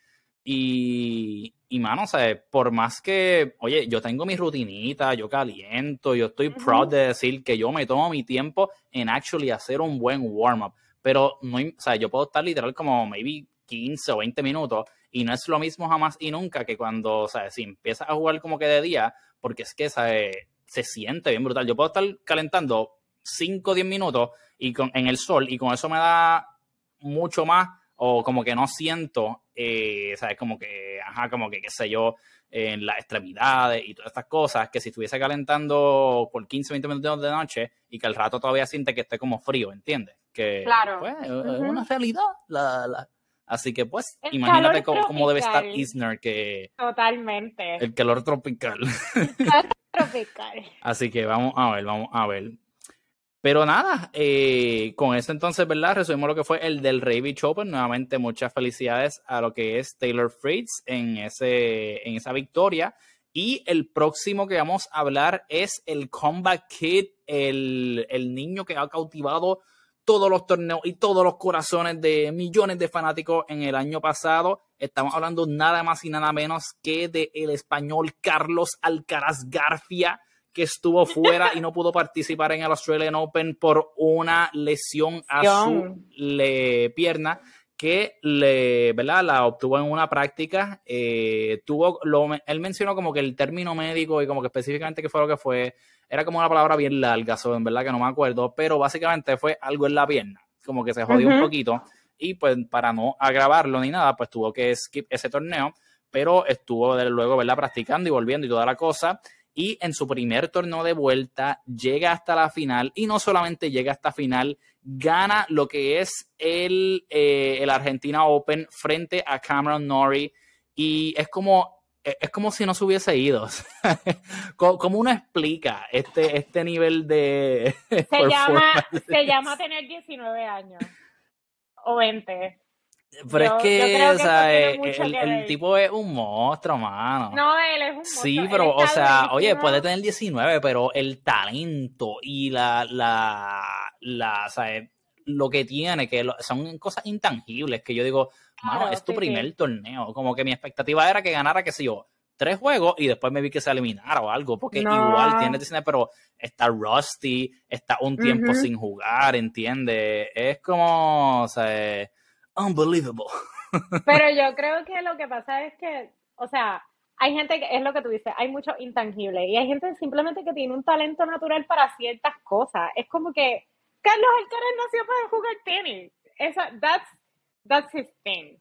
y, y mano, o sea, por más que, oye, yo tengo mi rutinita, yo caliento, yo estoy proud Ujú. de decir que yo me tomo mi tiempo en actually hacer un buen warm-up, pero no, o sea, yo puedo estar literal como maybe quince o veinte minutos y no es lo mismo jamás y nunca que cuando, o sea, si empiezas a jugar como que de día, porque es que, ¿sabes? Se siente bien brutal. Yo puedo estar calentando cinco o diez minutos y con, en el sol y con eso me da mucho más o como que no siento, eh, ¿sabes? Como que, ajá, como que, qué sé yo, en las extremidades y todas estas cosas, que si estuviese calentando por quince, veinte minutos de noche y que al rato todavía siente que esté como frío, ¿entiendes? Que, Claro. pues, es una Ujú. realidad. La, la. Así que, pues, El imagínate calor cómo, cómo debe estar tropical. Isner, que Totalmente. el calor tropical. El calor tropical. Así que vamos a ver, vamos a ver. Pero nada, eh, con eso entonces, ¿verdad? Resumimos lo que fue el del Rey Beach Open. Nuevamente, muchas felicidades a lo que es Taylor Fritz en, ese, en esa victoria. Y el próximo que vamos a hablar es el Comeback Kid, el, el niño que ha cautivado todos los torneos y todos los corazones de millones de fanáticos en el año pasado. Estamos hablando nada más y nada menos que del español Carlos Alcaraz García, que estuvo fuera y no pudo participar en el Australian Open por una lesión a su Sion. le, pierna que le, ¿verdad? La obtuvo en una práctica. Eh, tuvo, lo, él mencionó como que el término médico y como que específicamente qué fue lo que fue, era como una palabra bien larga, so, en verdad que no me acuerdo, pero básicamente fue algo en la pierna, como que se jodió un Ujú. poquito y pues para no agravarlo ni nada, pues tuvo que skip ese torneo, pero estuvo luego, ¿verdad? Practicando y volviendo y toda la cosa. Y en su primer torneo de vuelta llega hasta la final y no solamente llega hasta final, gana lo que es el, eh, el Argentina Open frente a Cameron Norrie y es como, es como si no se hubiese ido. ¿Cómo uno explica este, este nivel de Se llama, se performance? llama tener diecinueve años o veinte. Pero es Yo, yo que, creo o que eso sea, tiene eh, mucho el, que el ver. tipo es un monstruo, mano. No, él es un monstruo. Sí, Él pero, o está sea, oye, puede durísimo. tener diecinueve, pero el talento y la, la, la, o sea, lo que tiene, que lo, son cosas intangibles, que yo digo, mano, Claro, es tu sí, primer sí. torneo. Como que mi expectativa era que ganara, qué sé yo, tres juegos y después me vi que se eliminara o algo, porque igual tiene No. Disney, pero está Rusty, está un tiempo Ujú. sin jugar, ¿entiendes? Es como, o sea, unbelievable. Pero yo creo que lo que pasa es que, o sea, hay gente que, es lo que tú dices, hay mucho intangible y hay gente simplemente que tiene un talento natural para ciertas cosas. Es como que Carlos Alcaraz nació para jugar tenis. Esa, that's, that's his thing.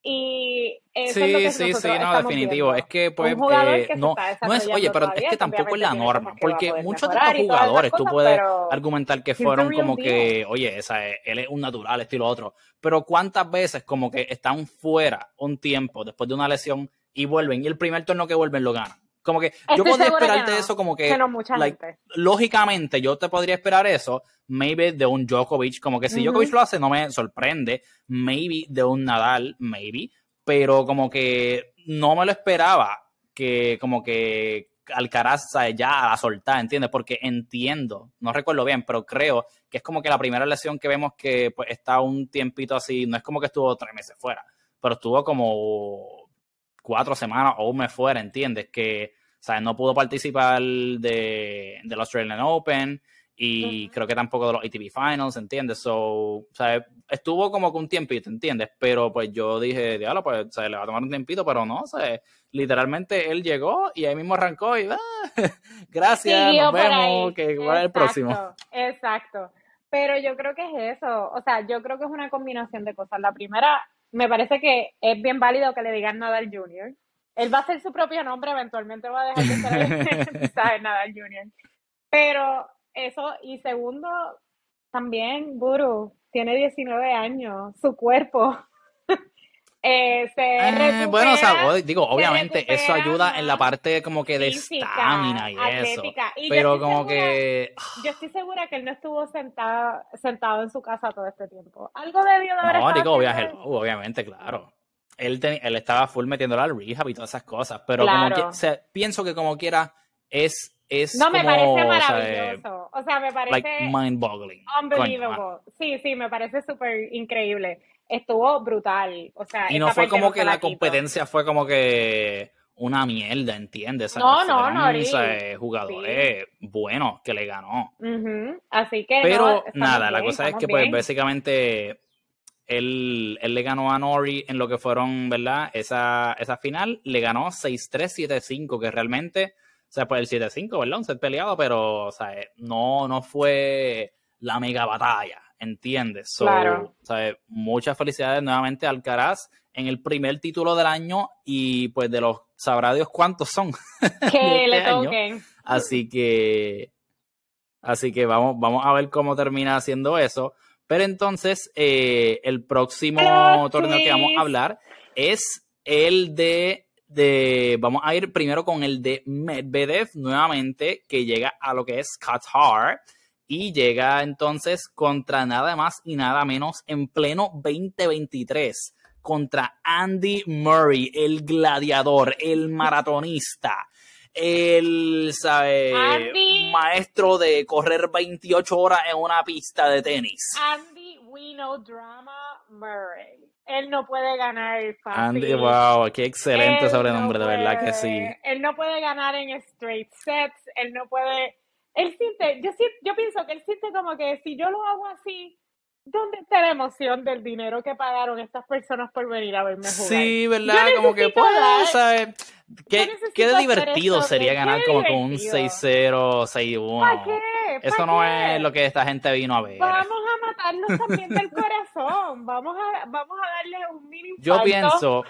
Y eso es lo Sí, que sí, nosotros sí, no, estamos definitivo. Es viendo. que, Un pues, jugador eh, que se no, está no es, oye, desarrollando pero es todavía, que que tampoco es obviamente la tiene como norma, que va a porque poder muchos de estos mejorar y todas esas jugadores tú cosas, puedes pero argumentar que he's the fueron real como deal. que, oye, esa, él es un natural, esto y lo otro, pero cuántas veces como que están fuera un tiempo después de una lesión y vuelven, y el primer torneo que vuelven lo ganan. Como que yo Estoy podría segura que esperarte no, eso como que que, no mucha like, gente. lógicamente yo te podría esperar eso, maybe de un Djokovic, como que si Ujú. Djokovic lo hace no me sorprende, maybe de un Nadal, maybe, pero como que no me lo esperaba que como que Alcaraz ¿sabes? Ya a la soltar, ¿entiendes? Porque entiendo, no recuerdo bien, pero creo que es como que la primera lesión que vemos que pues, está un tiempito así, no es como que estuvo tres meses fuera, pero estuvo como cuatro semanas o un mes fuera, ¿entiendes? Que ¿sabes? No pudo participar de, del Australian Open y Ujú. creo que tampoco de los A T P Finals, ¿entiendes? So, ¿sabes? Estuvo como que un tiempito, ¿entiendes? Pero pues yo dije, diablo, pues ¿sabes? Le va a tomar un tiempito, pero no, ¿sabes? Literalmente él llegó y ahí mismo arrancó y ah, gracias, nos Siguió por vemos, ahí. que igual es el próximo. Exacto, exacto. Pero yo creo que es eso. O sea, yo creo que es una combinación de cosas. La primera, me parece que es bien válido que le digan Nadal junior Él va a hacer su propio nombre, eventualmente va a dejar de ser, ¿sabes? Nadal junior Pero eso, y segundo, también, Guru, tiene diecinueve años, su cuerpo eh, se Eh, bueno, o sea, recupera, digo, se obviamente eso recupera ayuda en la más parte como que de física, estamina y eso, atlética. Y yo pero estoy como segura, que yo estoy segura que él no estuvo sentado, sentado en su casa todo este tiempo. Algo debió de haber no, estado digo, haciendo obviamente, él. obviamente, claro. Él, te- él estaba full metiéndola al rehab y todas esas cosas, pero como que, o Claro. sea, pienso que como quiera es, es No, me parece como, o sea, eh, maravilloso. O sea, me like parece mind-boggling. Coño, mano. unbelievable. Sí, sí, me parece súper increíble. Estuvo brutal. O sea, Y no esa fue parte no como se que la la quito. competencia fue como que una mierda, ¿entiendes? ¿Sabes? No, no, Fueron, o Nori. sea, Sí. jugadores buenos que le ganó. Ujú. Así que no, Pero estamos nada, la bien, cosa es estamos que pues bien. básicamente él, él le ganó a Nori en lo que fueron, ¿verdad? Esa, esa final, le ganó seis tres siete cinco que realmente, o sea, pues el siete cinco, ¿verdad? Un set peleado, pero, o sea, no, no fue la mega batalla, ¿entiendes? So, Claro. o sea, muchas felicidades nuevamente a Alcaraz en el primer título del año y pues de los, sabrá Dios cuántos son de Que este le año. toquen. Así que Así que vamos, vamos a ver cómo termina haciendo eso. Pero entonces, eh, el próximo Plot torneo que vamos a twist. hablar es el de, de. Vamos a ir primero con el de Medvedev nuevamente, que llega a lo que es Qatar. Y llega entonces contra nada más y nada menos en pleno veinte veintitrés. Contra Andy Murray, el gladiador, el maratonista el sabe, Andy, maestro de correr veintiocho horas en una pista de tenis. Andy, we know drama, Murray. Él no puede ganar Andy, fácil. wow, qué excelente Él no sobrenombre, de verdad que sí. puede, él no puede ganar en straight sets, él no puede, él siente, yo, siento, yo pienso que él siente como que si yo lo hago así, ¿dónde está la emoción del dinero que pagaron estas personas por venir a verme jugar? Sí, Yo ¿verdad? Como que necesito pues, dar, ¿sabes? yo Qué, qué necesito hacer divertido esto, sería que qué ganar como con un seis divertido. cero, seis ¿Para uno. qué? Eso ¿Para no es qué? lo que esta gente vino a ver. Vamos a matarnos también del corazón, vamos a, vamos a darle un mini Yo infarto. pienso,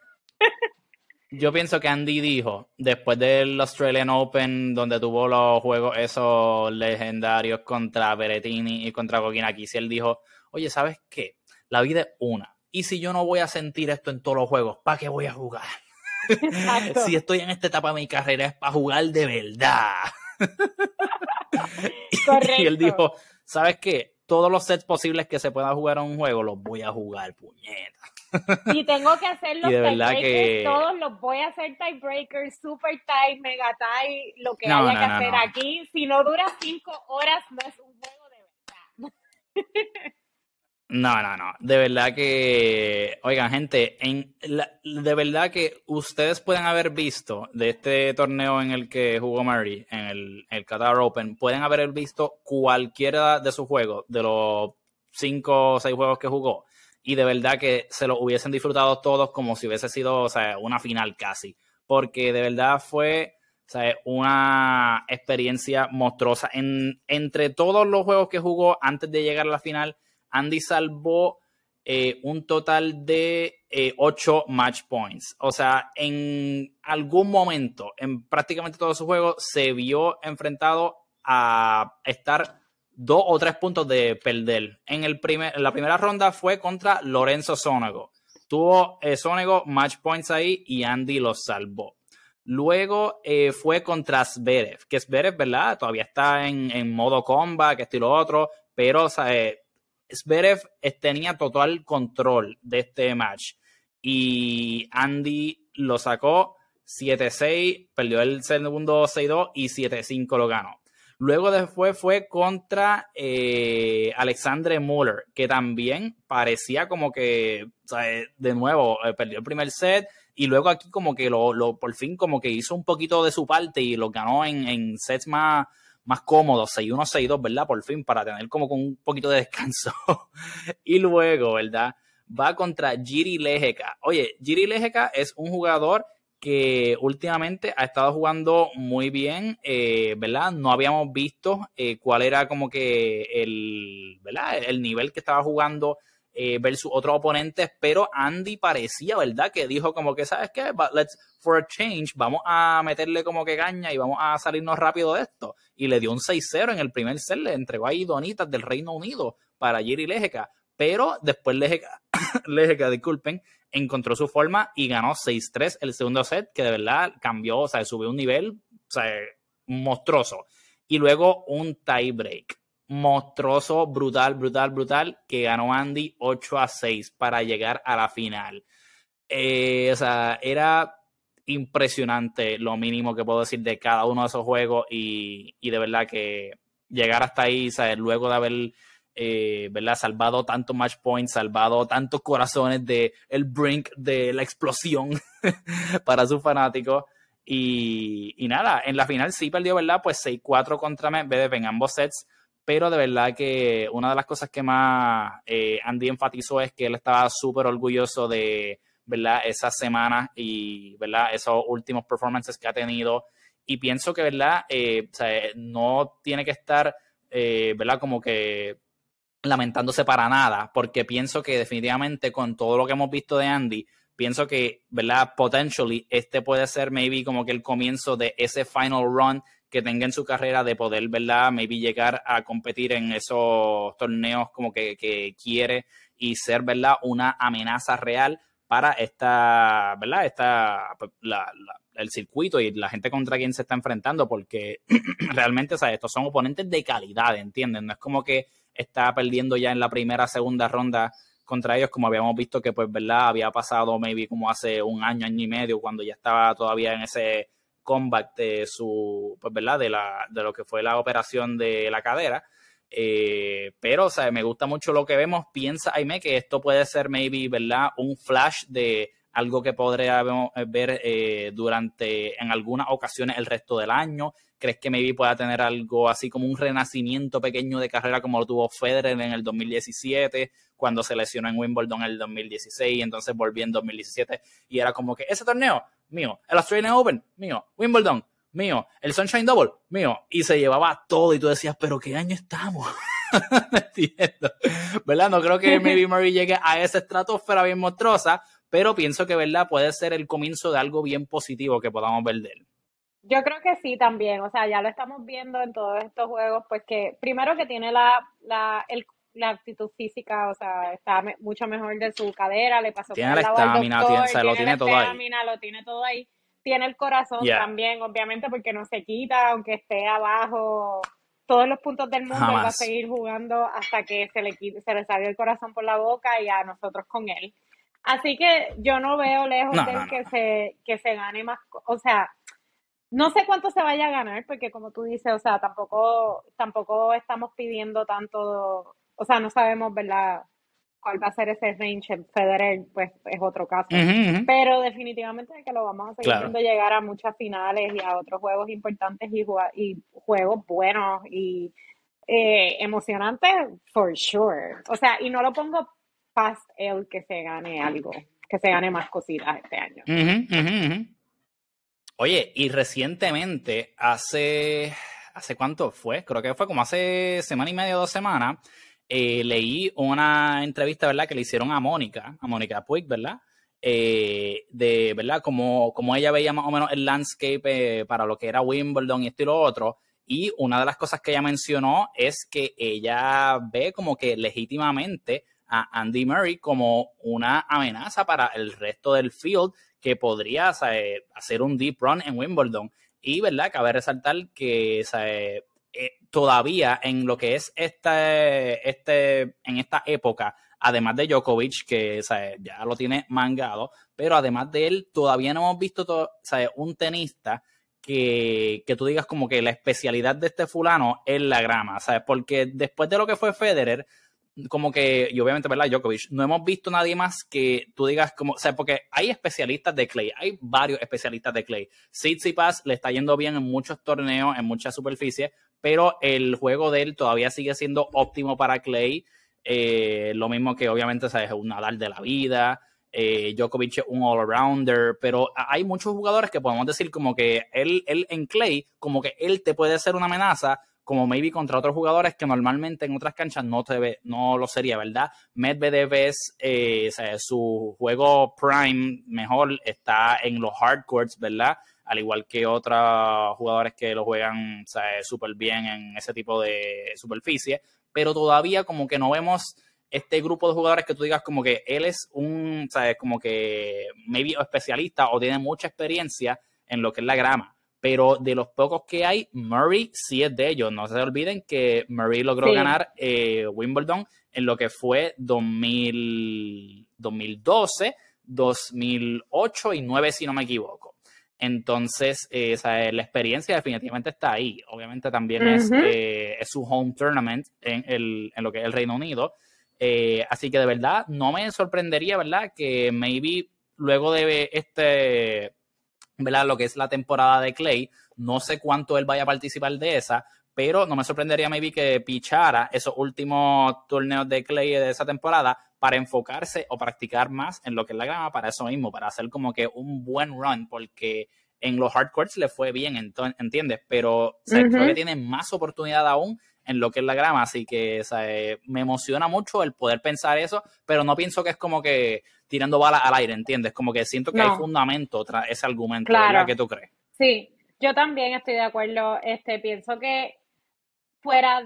Yo pienso que Andy dijo, después del Australian Open, donde tuvo los juegos esos legendarios contra Berrettini y contra Kokinakis, él dijo, oye, ¿sabes qué? La vida es una. Y si yo no voy a sentir esto en todos los juegos, ¿para qué voy a jugar? Exacto. Si estoy en esta etapa de mi carrera es para jugar de verdad. Correcto. Y él dijo, ¿sabes qué? Todos los sets posibles que se pueda jugar en un juego, los voy a jugar, puñeta. Y tengo que hacer los y de verdad tiebreakers, que... todos los voy a hacer tiebreakers, super tie, mega tie, lo que No, haya no, que no, hacer no. aquí. Si no dura cinco horas, no es un juego de verdad. No, no, no. De verdad que, oigan, gente, en la- de verdad que ustedes pueden haber visto de este torneo en el que jugó Murray, en el, el Qatar Open, pueden haber visto cualquiera de sus juegos, de los cinco o seis juegos que jugó, y de verdad que se lo hubiesen disfrutado todos como si hubiese sido, o sea, una final casi, porque de verdad fue, o sea, una experiencia monstruosa. En, entre todos los juegos que jugó antes de llegar a la final, Andy salvó eh, un total de eh, ocho match points. O sea, en algún momento, en prácticamente todos sus juegos, se vio enfrentado a estar dos o tres puntos de perder. En, el primer, en la primera ronda fue contra Lorenzo Sonego. Tuvo eh, Sonego match points ahí y Andy los salvó. Luego eh, fue contra Zverev, que Zverev, ¿verdad? Todavía está en, en modo combat, que esto y lo otro, pero o sea, eh, Zverev tenía total control de este match y Andy lo sacó siete seis, perdió el segundo seis dos y siete cinco lo ganó. Luego después fue contra eh, Alexandre Müller, que también parecía como que, o sea, de nuevo, eh, perdió el primer set y luego aquí como que lo, lo por fin como que hizo un poquito de su parte y lo ganó en, en sets más, más cómodos, seis uno, seis dos, ¿verdad? Por fin, para tener como con un poquito de descanso. Y luego, ¿verdad? Va contra Jiri Lehecka. Oye, Jiri Lehecka es un jugador que últimamente ha estado jugando muy bien, eh, ¿verdad? No habíamos visto eh, cuál era como que el, ¿verdad? El nivel que estaba jugando eh, versus otros oponentes, pero Andy parecía, ¿verdad? Que dijo como que, ¿sabes qué? But let's, for a change, vamos a meterle como que caña y vamos a salirnos rápido de esto. Y le dio un seis cero en el primer set, le entregó ahí donitas del Reino Unido para Jiri Lehecka, pero después Lehecka, Lehecka, disculpen, encontró su forma y ganó seis tres el segundo set, que de verdad cambió, o sea, subió un nivel, o sea, monstruoso. Y luego un tie break monstruoso, brutal, brutal, brutal, que ganó Andy ocho a seis para llegar a la final. Eh, o sea, era impresionante lo mínimo que puedo decir de cada uno de esos juegos y, y de verdad que llegar hasta ahí, ¿sabes? Luego de haber eh, ¿verdad? Salvado tantos match points, salvado tantos corazones de el brink de la explosión para sus fanáticos. Y, y nada, en la final sí perdió, ¿verdad? Pues seis cuatro contra Medvedev en ambos sets, pero de verdad que una de las cosas que más eh, Andy enfatizó es que él estaba súper orgulloso de, ¿verdad? Esas semanas y, ¿verdad? Esos últimos performances que ha tenido. Y pienso que, ¿verdad? Eh, o sea, no tiene que estar, eh, ¿verdad? Como que lamentándose para nada, porque pienso que definitivamente con todo lo que hemos visto de Andy, pienso que, ¿verdad? Potentially, este puede ser maybe como que el comienzo de ese final run que tenga en su carrera de poder, ¿verdad? Maybe llegar a competir en esos torneos como que, que quiere y ser, ¿verdad? Una amenaza real para esta, ¿verdad? Esta, la, la, el circuito y la gente contra quien se está enfrentando, porque realmente, o sea, estos son oponentes de calidad, ¿entienden? No es como que está perdiendo ya en la primera, segunda ronda contra ellos, como habíamos visto que, pues, ¿verdad? Había pasado maybe como hace un año, año y medio, cuando ya estaba todavía en ese comeback de su, pues, ¿verdad? De, la, de lo que fue la operación de la cadera. Eh, pero, o sea, me gusta mucho lo que vemos. Piensa, Aime, que esto puede ser maybe, ¿verdad? Un flash de algo que podríamos ver eh, durante, en algunas ocasiones, el resto del año. ¿Crees que maybe pueda tener algo así como un renacimiento pequeño de carrera como lo tuvo Federer en el dos mil diecisiete, cuando se lesionó en Wimbledon en el dos mil dieciséis, y entonces volvió en dos mil diecisiete y era como que ese torneo, mío, el Australian Open, mío, Wimbledon, mío, el Sunshine Double, mío, y se llevaba todo y tú decías, pero ¿qué año estamos? No entiendo, ¿verdad? No creo que maybe Murray llegue a esa estratosfera bien monstruosa, pero pienso que, ¿verdad? Puede ser el comienzo de algo bien positivo que podamos ver de él. Yo creo que sí también, o sea, ya lo estamos viendo en todos estos juegos, pues que primero que tiene la, la, el, la actitud física, o sea, está me, mucho mejor de su cadera, le pasó por Tiene el la lado al estamina, doctor, tiene, o sea, lo tiene la tiene todo ahí. estamina, lo tiene todo ahí, tiene el corazón Yeah. también, obviamente, porque no se quita, aunque esté abajo todos los puntos del mundo, Jamás. él va a seguir jugando hasta que se le quite, se le salga el corazón por la boca y a nosotros con él. Así que yo no veo lejos No, de él no, no. que se, que se gane más, o sea, no sé cuánto se vaya a ganar, porque como tú dices, o sea, tampoco, tampoco estamos pidiendo tanto, o sea, no sabemos, ¿verdad? cuál va a ser ese range. Federer, pues es otro caso. Uh -huh, uh -huh. Pero definitivamente que lo vamos a seguir claro. viendo llegar a muchas finales y a otros juegos importantes y, y juegos buenos y eh, emocionantes, for sure. O sea, y no lo pongo past él que se gane algo, que se gane más cositas este año. Uh -huh, uh -huh, uh -huh. Oye, y recientemente, hace, ¿hace cuánto fue? Creo que fue como hace semana y media, dos semanas, eh, leí una entrevista, ¿verdad?, que le hicieron a Mónica, a Mónica Puig, ¿verdad?, eh, de, ¿verdad?, como, como ella veía más o menos el landscape eh, para lo que era Wimbledon y esto y lo otro, y una de las cosas que ella mencionó es que ella ve como que legítimamente a Andy Murray como una amenaza para el resto del field, que podría, o sea, hacer un deep run en Wimbledon. Y, ¿verdad?, cabe resaltar que, o sea, eh, todavía en lo que es este, este, en esta época, además de Djokovic, que, o sea, ya lo tiene mangado, pero además de él, todavía no hemos visto todo, o sea, un tenista que, que tú digas como que la especialidad de este fulano es la grama, ¿sabes? Porque después de lo que fue Federer, como que, y obviamente, ¿verdad?, Djokovic, no hemos visto nadie más que tú digas como, o sea, porque hay especialistas de clay, hay varios especialistas de clay. Tsitsipas le está yendo bien en muchos torneos, en muchas superficies, pero el juego de él todavía sigue siendo óptimo para clay, eh, lo mismo que obviamente, ¿sabes?, un Nadal de la vida, eh, Djokovic es un all-rounder, pero hay muchos jugadores que podemos decir como que él, él en clay, como que él te puede ser una amenaza, como maybe contra otros jugadores que normalmente en otras canchas no, te ve, no lo sería, ¿verdad? Medvedev es, eh, o sea, su juego prime mejor está en los hard courts, ¿verdad? Al igual que otros jugadores que lo juegan, o sea, súper bien en ese tipo de superficie, pero todavía como que no vemos este grupo de jugadores que tú digas como que él es un, ¿sabes? Como que maybe especialista o tiene mucha experiencia en lo que es la grama. Pero de los pocos que hay, Murray sí es de ellos. No se olviden que Murray logró sí. ganar eh, Wimbledon en lo que fue dos mil, dos mil doce, dos mil ocho y nueve, si no me equivoco. Entonces, eh, o sea, la experiencia definitivamente está ahí. Obviamente también uh-huh. es, eh, es su home tournament en, el, en lo que es el Reino Unido. Eh, así que de verdad no me sorprendería, ¿verdad?, que maybe luego de este... ¿verdad?, lo que es la temporada de clay, no sé cuánto él vaya a participar de esa, pero no me sorprendería maybe que pichara esos últimos torneos de clay de esa temporada para enfocarse o practicar más en lo que es la grama para eso mismo, para hacer como que un buen run, porque en los hard courts le fue bien, ¿entiendes? Pero o sea, uh-huh. creo que tiene más oportunidad aún en lo que es la grama, así que o sea, eh, me emociona mucho el poder pensar eso, pero no pienso que es como que tirando balas al aire, ¿entiendes? Como que siento que no. hay fundamento tras ese argumento, claro. ¿verdad? ¿Qué tú crees? Sí, yo también estoy de acuerdo, este, pienso que fuera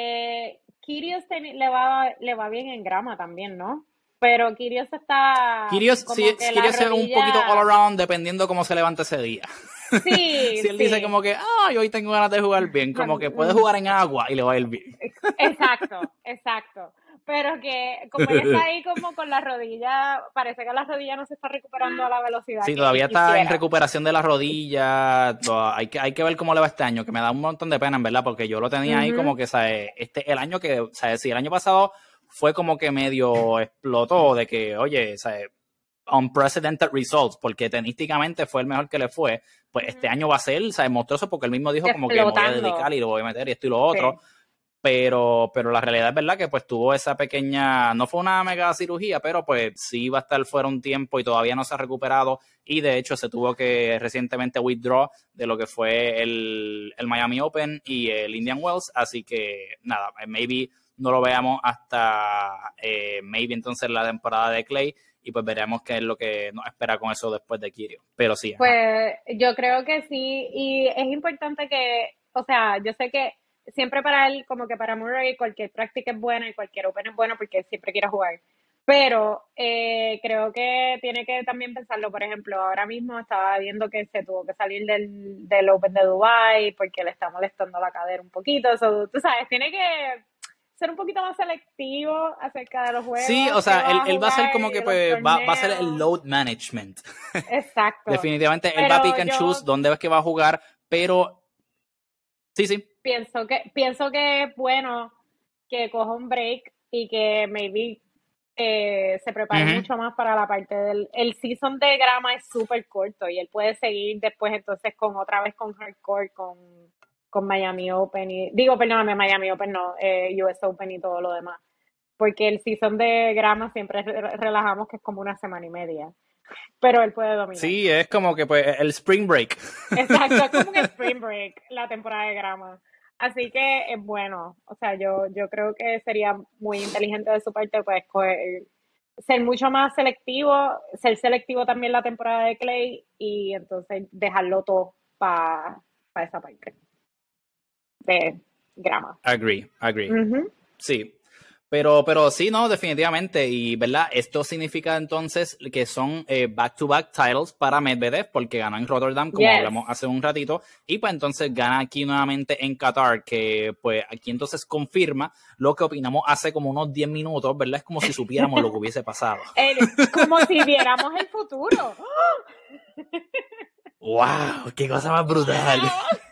de Kyrgios le va, le va bien en grama también, ¿no? Pero Kyrgios está... Kyrgios, sí, Kyrgios rodilla... es un poquito all around dependiendo cómo se levante ese día. Sí, si él sí. dice como que, ay, hoy tengo ganas de jugar bien, como que puede jugar en agua y le va a ir bien. Exacto, exacto. Pero que como él está ahí como con la rodilla, parece que la rodilla no se está recuperando a la velocidad. Sí, que todavía está quisiera. en recuperación de la rodilla. Hay que, hay que ver cómo le va este año, que me da un montón de pena, en verdad, porque yo lo tenía uh-huh. ahí como que, ¿sabes? Este, el año que, ¿sabes? Si el año pasado fue como que medio explotó de que, oye, ¿sabes? Unprecedented results, porque tenísticamente fue el mejor que le fue, pues este uh-huh. año va a ser, ¿sabes? Monstruoso, porque él mismo dijo como que me voy a dedicar y lo voy a meter y esto y lo otro. Sí. Pero, pero la realidad es verdad que pues tuvo esa pequeña, no fue una mega cirugía, pero pues sí va a estar fuera un tiempo y todavía no se ha recuperado y de hecho se tuvo que recientemente withdraw de lo que fue el, el Miami Open y el Indian Wells, así que nada, maybe no lo veamos hasta eh, maybe entonces la temporada de clay y pues veremos qué es lo que nos espera con eso después de Kyrgios, pero sí. Pues ajá. Yo creo que sí y es importante que, o sea, yo sé que siempre para él, como que para Murray, cualquier práctica es buena y cualquier Open es bueno porque él siempre quiere jugar. Pero eh, creo que tiene que también pensarlo. Por ejemplo, ahora mismo estaba viendo que se tuvo que salir del, del Open de Dubái porque le está molestando la cadera un poquito. So, tú sabes, tiene que ser un poquito más selectivo acerca de los juegos. Sí, o sea, él, él va a ser como que pues va, va a ser el load management. Exacto. Definitivamente, pero él va a pick and yo... choose dónde es que va a jugar, pero sí, sí. Pienso que, pienso que es bueno que coja un break y que maybe eh, se prepare Ujú. mucho más para la parte del... El season de grama es súper corto y él puede seguir después entonces con otra vez con hardcore, con, con Miami Open y... Digo, perdóname, Miami Open no, eh, U S Open y todo lo demás. Porque el season de grama siempre re- relajamos que es como una semana y media. Pero él puede dominar. Sí, es como que pues el spring break. Exacto, es como un spring break la temporada de grama. Así que es bueno. O sea, yo, yo creo que sería muy inteligente de su parte pues coger- ser mucho más selectivo, ser selectivo también la temporada de Clay y entonces dejarlo todo para esa parte de grama. Agree, agree. Ujú. Sí. Pero, pero sí, no, definitivamente. Y, ¿verdad? Esto significa entonces que son eh, back-to-back titles para Medvedev, porque ganó en Rotterdam, como Yes. hablamos hace un ratito, y pues entonces gana aquí nuevamente en Qatar, que pues aquí entonces confirma lo que opinamos hace como unos diez minutos, ¿verdad? Es como si supiéramos lo que hubiese pasado. El- como si viéramos el futuro. ¡Wow! ¡Qué cosa más brutal!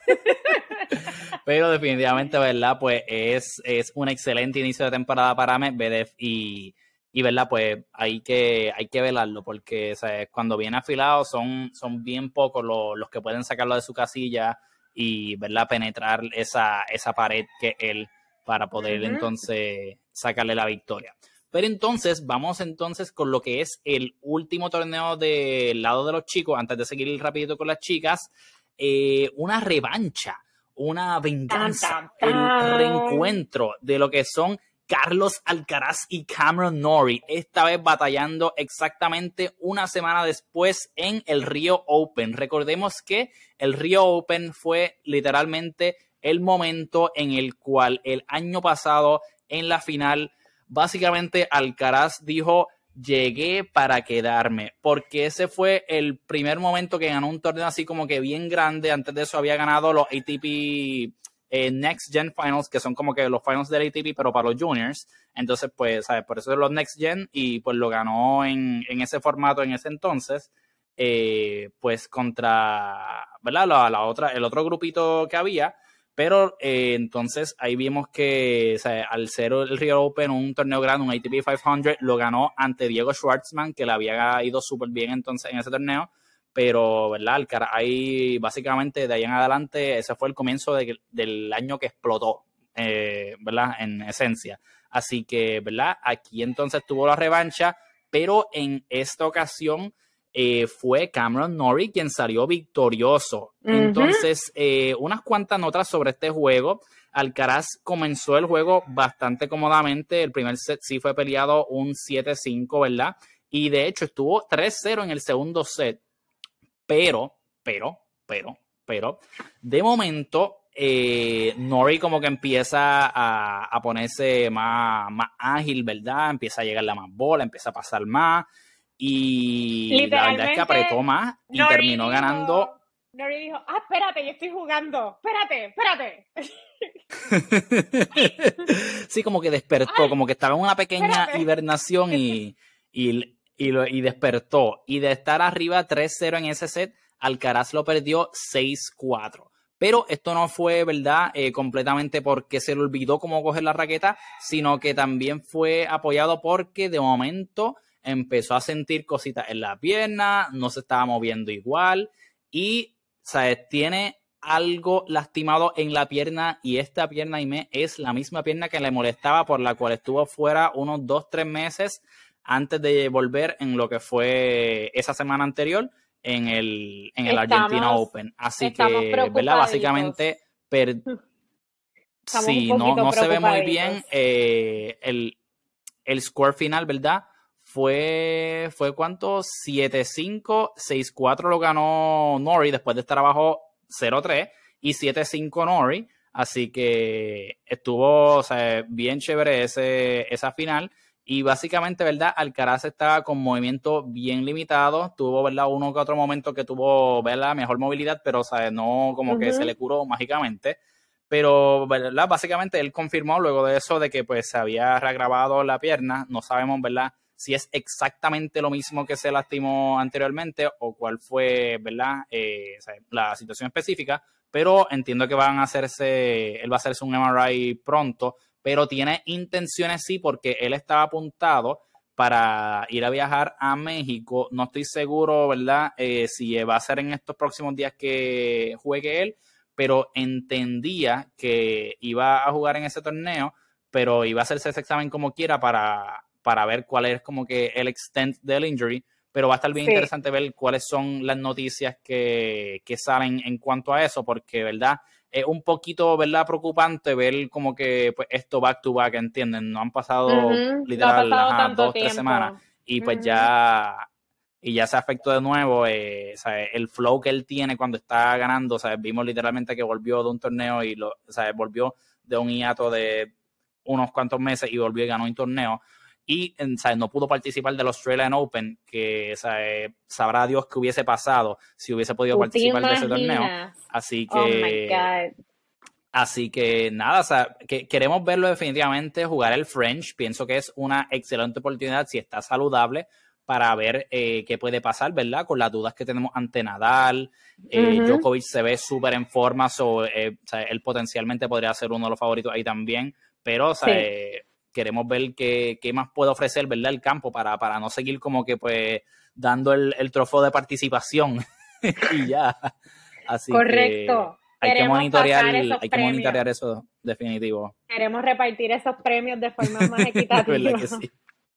Pero definitivamente, ¿verdad? Pues es, es un excelente inicio de temporada para Medvedev y, y ¿verdad? Pues hay que, hay que velarlo porque, ¿sabes? Cuando viene afilado son, son bien pocos los, los que pueden sacarlo de su casilla y, ¿verdad? Penetrar esa, esa pared que él para poder Ujú. entonces sacarle la victoria. Pero entonces, vamos entonces con lo que es el último torneo del lado de los chicos, antes de seguir rapidito con las chicas, eh, una revancha, una venganza, Tan, tan, el tan. reencuentro de lo que son Carlos Alcaraz y Cameron Norrie, esta vez batallando exactamente una semana después en el Rio Open. Recordemos que el Rio Open fue literalmente el momento en el cual el año pasado en la final básicamente Alcaraz dijo: llegué para quedarme, porque ese fue el primer momento que ganó un torneo así como que bien grande. Antes de eso había ganado los A T P eh, Next Gen Finals, que son como que los finals del A T P, pero para los juniors. Entonces, pues, ¿sabes? Por eso es los Next Gen, y pues lo ganó en, en ese formato en ese entonces, eh, pues contra, ¿verdad? La, la otra, el otro grupito que había. Pero eh, entonces ahí vimos que, o sea, al ser el Rio Open un torneo grande, un A T P quinientos, lo ganó ante Diego Schwartzman, que le había ido súper bien entonces en ese torneo. Pero, ¿verdad? Alcaraz, ahí básicamente de ahí en adelante, ese fue el comienzo de, del año que explotó, eh, ¿verdad? En esencia. Así que, ¿verdad? Aquí entonces tuvo la revancha, pero en esta ocasión Eh, fue Cameron Norrie quien salió victorioso. Uh-huh. Entonces, eh, unas cuantas notas sobre este juego. Alcaraz comenzó el juego bastante cómodamente. El primer set sí fue peleado un siete cinco, ¿verdad? Y de hecho estuvo tres cero en el segundo set. Pero, pero, pero, pero, de momento, eh, Norrie como que empieza a, a ponerse más, más ágil, ¿verdad? Empieza a llegarle a más bola, empieza a pasar más. Y la verdad es que apretó más y Norrie terminó dijo, ganando. Norrie dijo, ah, espérate, yo estoy jugando, espérate, espérate. Sí, como que despertó, Ay, como que estaba en una pequeña espérate. hibernación y, y, y, lo, y despertó. Y de estar arriba tres cero en ese set, Alcaraz lo perdió seis cuatro. Pero esto no fue, ¿verdad? Eh, completamente porque se le olvidó cómo coger la raqueta, sino que también fue apoyado porque de momento empezó a sentir cositas en la pierna, no se estaba moviendo igual y, ¿sabes? Tiene algo lastimado en la pierna, y esta pierna, Aimee, es la misma pierna que le molestaba, por la cual estuvo fuera unos dos, tres meses antes de volver en lo que fue esa semana anterior en el, en el estamos, Argentina Open. Así que, ¿verdad? Básicamente, per... sí, no, no se ve muy bien eh, el, el score final, ¿verdad? Fue, fue ¿cuánto? siete cinco, seis cuatro lo ganó Norrie después de estar abajo cero tres y siete cinco Norrie. Así que estuvo, o sea, bien chévere ese, esa final. Y básicamente, ¿verdad? Alcaraz estaba con movimiento bien limitado. Tuvo, ¿verdad? Uno que otro momento que tuvo, ¿verdad? Mejor movilidad, pero, o sea, no como uh-huh. que se le curó mágicamente. Pero, ¿verdad? Básicamente él confirmó luego de eso de que pues se había reagravado la pierna. No sabemos, ¿verdad? Si es exactamente lo mismo que se lastimó anteriormente o cuál fue, ¿verdad? Eh, o sea, la situación específica. Pero entiendo que van a hacerse, él va a hacerse un M R I pronto, pero tiene intenciones sí, porque él estaba apuntado para ir a viajar a México. No estoy seguro, ¿verdad? Eh, si va a ser en estos próximos días que juegue él, pero entendía que iba a jugar en ese torneo, pero iba a hacerse ese examen como quiera para, para ver cuál es como que el extent del injury, pero va a estar bien sí. interesante ver cuáles son las noticias que, que salen en cuanto a eso, porque, ¿verdad? Es un poquito, ¿verdad? Preocupante ver como que pues esto back to back, ¿entienden? No han pasado uh-huh. literal no ha pasado ajá, tanto dos, tiempo. tres semanas y pues uh-huh. ya... y ya se afectó de nuevo, eh, ¿sabes? El flow que él tiene cuando está ganando, ¿sabes? Vimos literalmente que volvió de un torneo y lo, ¿sabes? Volvió de un hiato de unos cuantos meses y volvió y ganó un torneo. Y, ¿sabes? No pudo participar del Australian Open, que, ¿sabes? Sabrá Dios qué hubiese pasado si hubiese podido participar de ese torneo. Así que... Oh my God. Así que nada, o sea, que queremos verlo definitivamente jugar el French. Pienso que es una excelente oportunidad si está saludable para ver eh, qué puede pasar, ¿verdad? Con las dudas que tenemos ante Nadal. Eh, uh-huh. Djokovic se ve súper en forma, so, eh, o sea, él potencialmente podría ser uno de los favoritos ahí también, pero o sea, sí. eh, queremos ver qué, qué más puede ofrecer, ¿verdad? El campo para, para no seguir como que pues dando el, el trofeo de participación y ya. Así correcto. Que hay Queremos que monitorear, hay hay que monitorear eso, definitivo. Queremos repartir esos premios de forma más equitativa. De verdad que sí.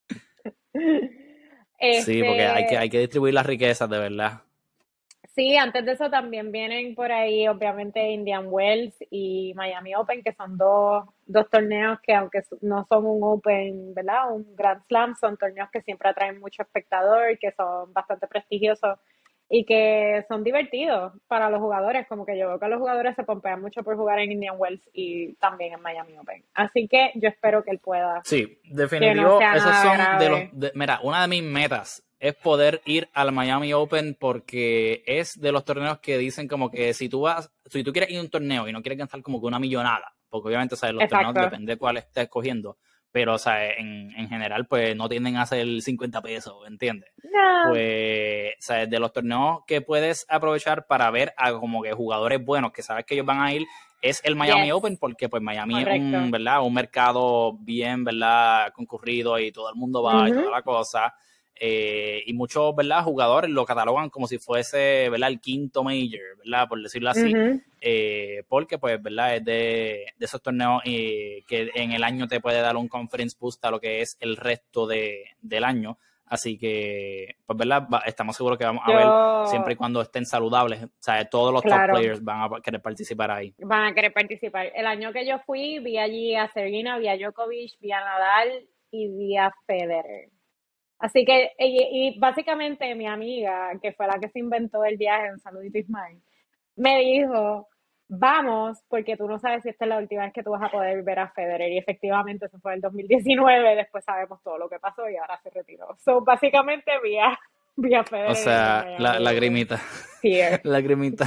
Este, sí, porque hay que, hay que distribuir las riquezas, de verdad. Sí, antes de eso también vienen por ahí, obviamente, Indian Wells y Miami Open, que son dos, dos torneos que, aunque no son un Open, ¿verdad? Un Grand Slam, son torneos que siempre atraen mucho espectador, que son bastante prestigiosos y que son divertidos para los jugadores. Como que yo veo que los jugadores se pompean mucho por jugar en Indian Wells y también en Miami Open. Así que yo espero que él pueda. Sí, definitivo, no esos son grave. de los... De, mira, una de mis metas es poder ir al Miami Open porque es de los torneos que dicen como que si tú vas, si tú quieres ir a un torneo y no quieres gastar como que una millonada, porque obviamente, ¿sabes? Los Exacto. torneos depende de cuál estés escogiendo, pero, o sea, en, en general, pues no tienden a ser cincuenta pesos, ¿entiendes? No. Pues, o sea, de los torneos que puedes aprovechar para ver a como que jugadores buenos que sabes que ellos van a ir, es el Miami yes. Open, porque pues Miami Correcto. es un, ¿verdad? Un mercado bien, ¿verdad? Concurrido y todo el mundo va uh-huh. y toda la cosa. Eh, y muchos, ¿verdad? Jugadores lo catalogan como si fuese, ¿verdad? El quinto major, ¿verdad? Por decirlo así. Uh-huh. Eh, porque, pues, ¿verdad? Es de, de esos torneos eh, que en el año te puede dar un conference boost a lo que es el resto de, del año. Así que, pues, ¿verdad? Va, estamos seguros que vamos a Yo... ver siempre y cuando estén saludables. O sea, todos los claro. top players van a querer participar ahí. Van a querer participar. El año que yo fui, vi allí a Serena, vi a Djokovic, vi a Nadal y vi a Federer. Así que, y, y básicamente mi amiga, que fue la que se inventó el viaje en Saludito Ismael, me dijo, vamos, porque tú no sabes si esta es la última vez que tú vas a poder ver a Federer. Y efectivamente eso fue en el dos mil diecinueve, después sabemos todo lo que pasó y ahora se retiró. So, básicamente vi a, vi a Federer. O sea, la lagrimita. Lagrimita.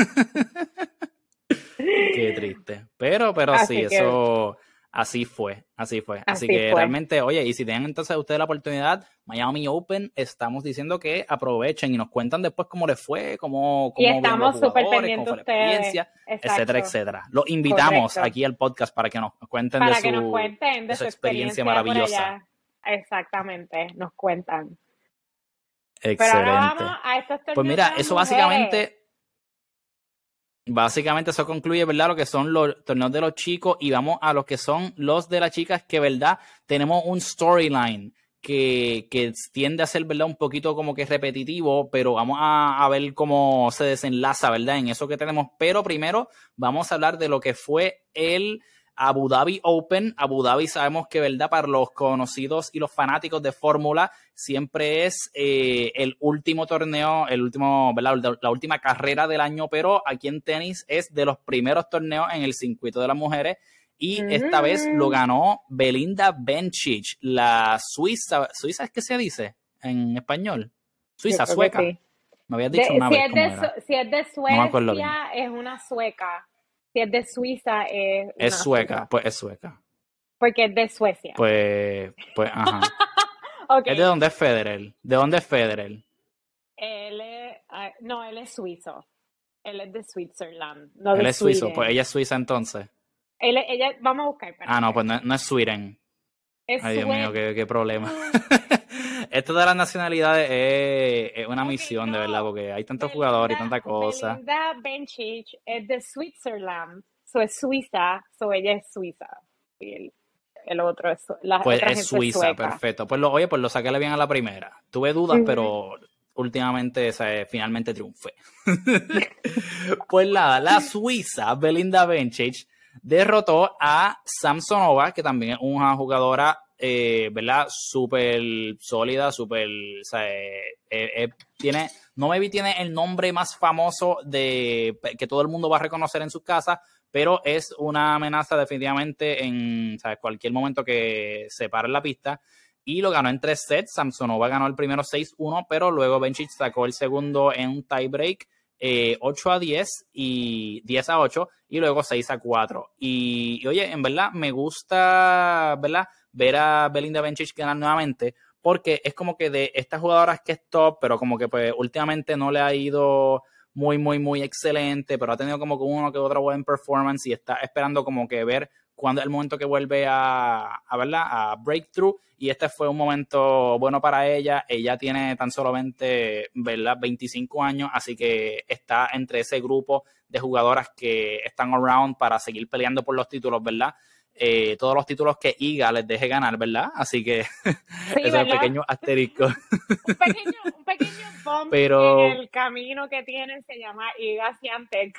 Qué triste. Pero, pero Así sí, que... eso... Así fue, así fue. Así, así que fue. Realmente, oye, y si tienen entonces ustedes la oportunidad, Miami Open, estamos diciendo que aprovechen y nos cuentan después cómo les fue, cómo, cómo y estamos súper pendientes de ustedes, etcétera, etcétera. Los invitamos Correcto. aquí al podcast para que nos cuenten, para de, que su, nos cuenten de, de su su experiencia, experiencia maravillosa. Exactamente, nos cuentan. Excelente. Pero ahora vamos a estos pues mira, eso mujeres. básicamente... Básicamente eso concluye, ¿verdad? Lo que son los torneos de los chicos y vamos a los que son los de las chicas que, ¿verdad? Tenemos un storyline que, que tiende a ser, ¿verdad? Un poquito como que repetitivo, pero vamos a, a ver cómo se desenlaza, ¿verdad? En eso que tenemos. Pero primero vamos a hablar de lo que fue el Abu Dhabi Open. Abu Dhabi sabemos que, ¿verdad? Para los conocidos y los fanáticos de Fórmula siempre es eh, el último torneo, el último, ¿verdad? La última carrera del año, pero aquí en tenis es de los primeros torneos en el circuito de las mujeres y mm. esta vez lo ganó Belinda Bencic, la suiza. ¿Suiza es que se dice en español? Suiza, sueca. Sí. Me habías dicho de, una si vez es cómo de, era. Si es de Suecia, es una sueca. Si es de Suiza, es Es sueca, suiza. Pues es sueca. Porque es de Suecia. Pues, pues, ajá. Okay. ¿Es de dónde es Federer? ¿De dónde es Federer? Él es, uh, no, él es suizo. Él es de Switzerland. No él de es suizo, Sweden. Pues ella es suiza entonces. Él, ella, vamos a buscar. Ah, no, pues no, no es Sweden. Es Ay, Dios Sweden. mío, qué, qué problema. esto de las nacionalidades es, es una Ok, misión, de no. verdad, porque hay tantos Belinda, jugadores y tanta cosa. Belinda Bencic es de Switzerland, so es Suiza, so ella es suiza. Y el, el otro es, la Pues otra es gente es Suiza, sueca. perfecto. Pues lo, oye, pues lo saqué bien a la primera. Tuve dudas, Ujú. pero últimamente, o sea, finalmente triunfé. Pues nada, la suiza Belinda Bencic derrotó a Samsonova, que también es una jugadora, eh, ¿verdad? Súper sólida, súper, o sea, eh, eh, eh, tiene, no maybe tiene el nombre más famoso de que todo el mundo va a reconocer en sus casas, pero es una amenaza definitivamente en, o sea, cualquier momento que se pare en la pista. Y lo ganó en tres sets. Samsonova ganó el primero seis uno, pero luego Bencic sacó el segundo en un tiebreak, eh, ocho a diez y diez a ocho, y luego seis a cuatro. Y, y oye, en verdad me gusta, ¿verdad?, ver a Belinda Bencic ganar nuevamente, porque es como que de estas jugadoras que es top, pero como que pues últimamente no le ha ido muy, muy, muy excelente, pero ha tenido como que uno que otro buen performance y está esperando como que ver cuándo es el momento que vuelve a, a, ¿verdad?, a breakthrough, y este fue un momento bueno para ella. Ella tiene tan solo veinte, ¿verdad?, veinticinco años, así que está entre ese grupo de jugadoras que están around para seguir peleando por los títulos, ¿verdad? Eh, todos los títulos que Iga les deje ganar, ¿verdad? Así que Sí, eso es ¿verdad? pequeño asterisco. Un pequeño, un pequeño bump Pero en el camino que tienen se llama Iga Swiatek.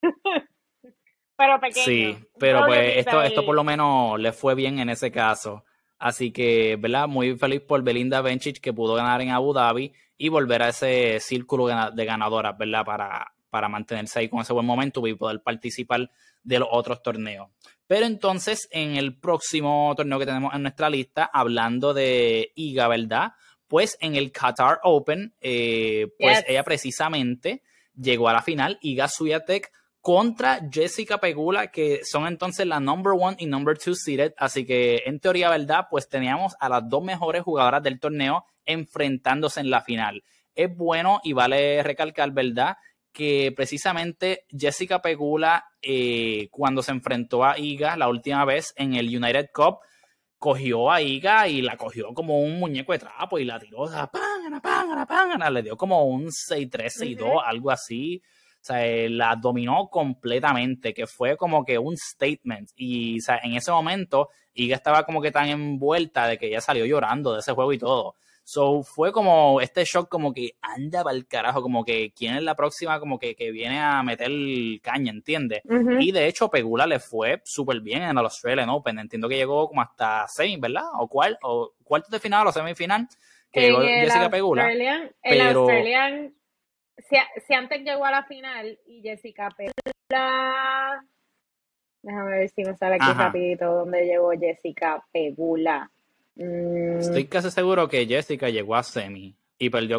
Pero pequeño, sí, un pero pues problemita esto, esto por ahí. lo menos le fue bien en ese caso. Así que, ¿verdad? Muy feliz por Belinda Bencic, que pudo ganar en Abu Dhabi y volver a ese círculo gana- de ganadoras, ¿verdad? Para, para mantenerse ahí con ese buen momento y poder participar de los otros torneos. Pero entonces, en el próximo torneo que tenemos en nuestra lista, hablando de Iga, ¿verdad? Pues en el Qatar Open, eh, pues Yes. ella precisamente llegó a la final. Iga Swiatek contra Jessica Pegula, que son entonces la number one y number two seeded. Así que en teoría, ¿verdad?, pues teníamos a las dos mejores jugadoras del torneo enfrentándose en la final. Es bueno y vale recalcar, ¿verdad?, que precisamente Jessica Pegula, eh, cuando se enfrentó a Iga la última vez en el United Cup, cogió a Iga y la cogió como un muñeco de trapo y la tiró, o sea, pángana, pángana, pángana, le dio como un seis tres, seis dos, uh-huh, algo así. O sea, la dominó completamente, que fue como que un statement. Y, o sea, en ese momento, Iga estaba como que tan envuelta de que ella salió llorando de ese juego y todo. So, fue como este shock, como que anda para el carajo, como que quién es la próxima, como que, que viene a meter caña, ¿entiendes? Uh-huh. Y de hecho, Pegula le fue súper bien en el Australian Open. Entiendo que llegó como hasta seis, ¿verdad? O, cual, o cuartos de final o semifinal, que en llegó el Jessica Pegula. Australian, pero... el Australian, si, si antes llegó a la final y Jessica Pegula, déjame ver si me sale aquí Ajá. rapidito dónde llegó Jessica Pegula. Mm. Estoy casi seguro que Jessica llegó a semi y perdió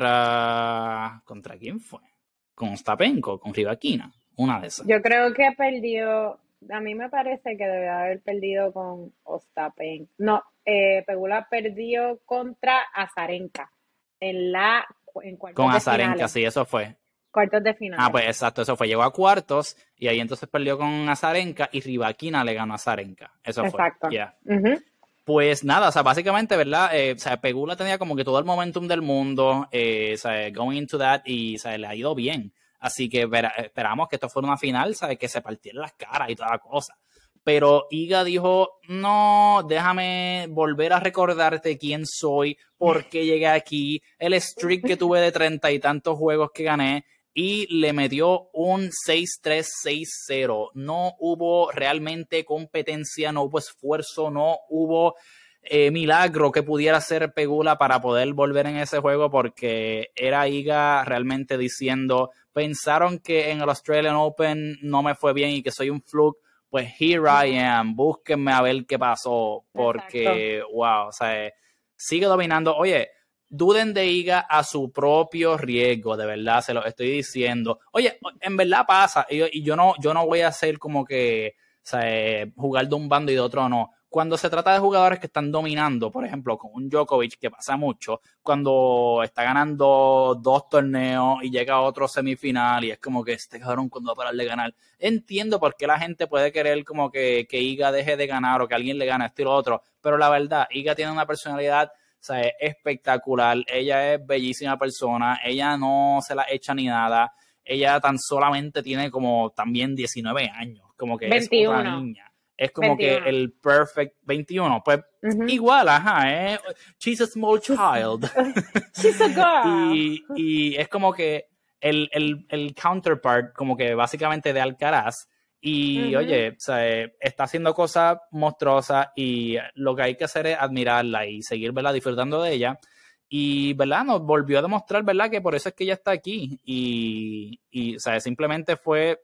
contra... ¿Contra quién fue? Con Ostapenko, con Rybakina, una de esas. Yo creo que perdió, a mí me parece que debe haber perdido con Ostapenko. No, eh, Pegula perdió contra Azarenka en la en cuartos con de Azarenka, finales. Sí, eso fue. Cuartos de finales. Ah, pues exacto, eso fue. Llegó a cuartos y ahí entonces perdió con Azarenka y Rybakina le ganó a Azarenka. Eso exacto. fue. Yeah. Uh-huh. Pues nada, o sea, básicamente, ¿verdad? Eh, o sea, Pegula tenía como que todo el momentum del mundo, eh, o sea, going into that, y o sea, le ha ido bien. Así que ver, esperamos que esto fuera una final, ¿sabes? Que se partieran las caras y toda la cosa. Pero Iga dijo, no, déjame volver a recordarte quién soy, por qué llegué aquí, el streak que tuve de treinta y tantos juegos que gané, y le metió un seis tres, seis cero. No hubo realmente competencia, no hubo esfuerzo, no hubo eh, milagro que pudiera hacer Pegula para poder volver en ese juego, porque era Iga realmente diciendo, pensaron que en el Australian Open no me fue bien y que soy un fluke, pues here I am, búsquenme a ver qué pasó, porque exacto. Wow, o sea, sigue dominando. Oye, duden de Iga a su propio riesgo, de verdad, se lo estoy diciendo. Oye, en verdad pasa, y, y yo no yo no voy a hacer como que, o sea, jugar de un bando y de otro no. Cuando se trata de jugadores que están dominando, por ejemplo, con un Djokovic, que pasa mucho, cuando está ganando dos torneos y llega a otro semifinal y es como que este cabrón cuando va a parar de ganar. Entiendo por qué la gente puede querer como que, que Iga deje de ganar o que alguien le gane esto y lo otro, pero la verdad, Iga tiene una personalidad, o sea, es espectacular, ella es bellísima persona, ella no se la echa ni nada, ella tan solamente tiene como también diecinueve años, como que veintiuno. Es otra niña. Es como veintiuno. que el perfect veintiuno, pues uh-huh. igual, ajá, eh, she's a small child. She's a girl. y, y es como que el, el, el counterpart, como que básicamente de Alcaraz. Y uh-huh. oye, o sea, está haciendo cosas monstruosas y lo que hay que hacer es admirarla y seguir, ¿verdad?, disfrutando de ella. Y, ¿verdad?, nos volvió a demostrar, ¿verdad?, que por eso es que ella está aquí. Y, y o sea, simplemente fue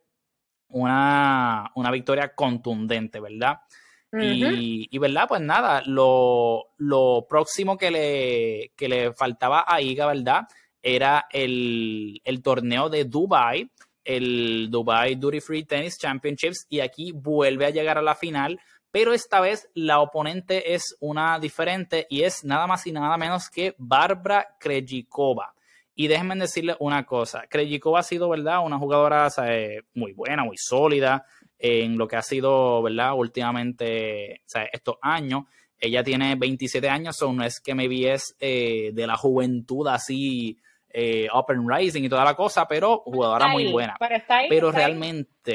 una, una victoria contundente, ¿verdad? Uh-huh. Y, y, ¿verdad?, pues nada, lo, lo próximo que le, que le faltaba a Iga, ¿verdad?, era el, el torneo de Dubai, el Dubai Duty Free Tennis Championships, y aquí vuelve a llegar a la final, pero esta vez la oponente es una diferente y es nada más y nada menos que Barbara Krejcikova. Y déjenme decirles una cosa, Krejcikova ha sido, ¿verdad?, una jugadora, o sea, muy buena, muy sólida en lo que ha sido, ¿verdad?, últimamente, o sea, estos años. Ella tiene veintisiete años, so no es que maybe es eh, de la juventud así, eh, up and rising y toda la cosa, pero jugadora muy buena. Pero, está ahí, pero está realmente,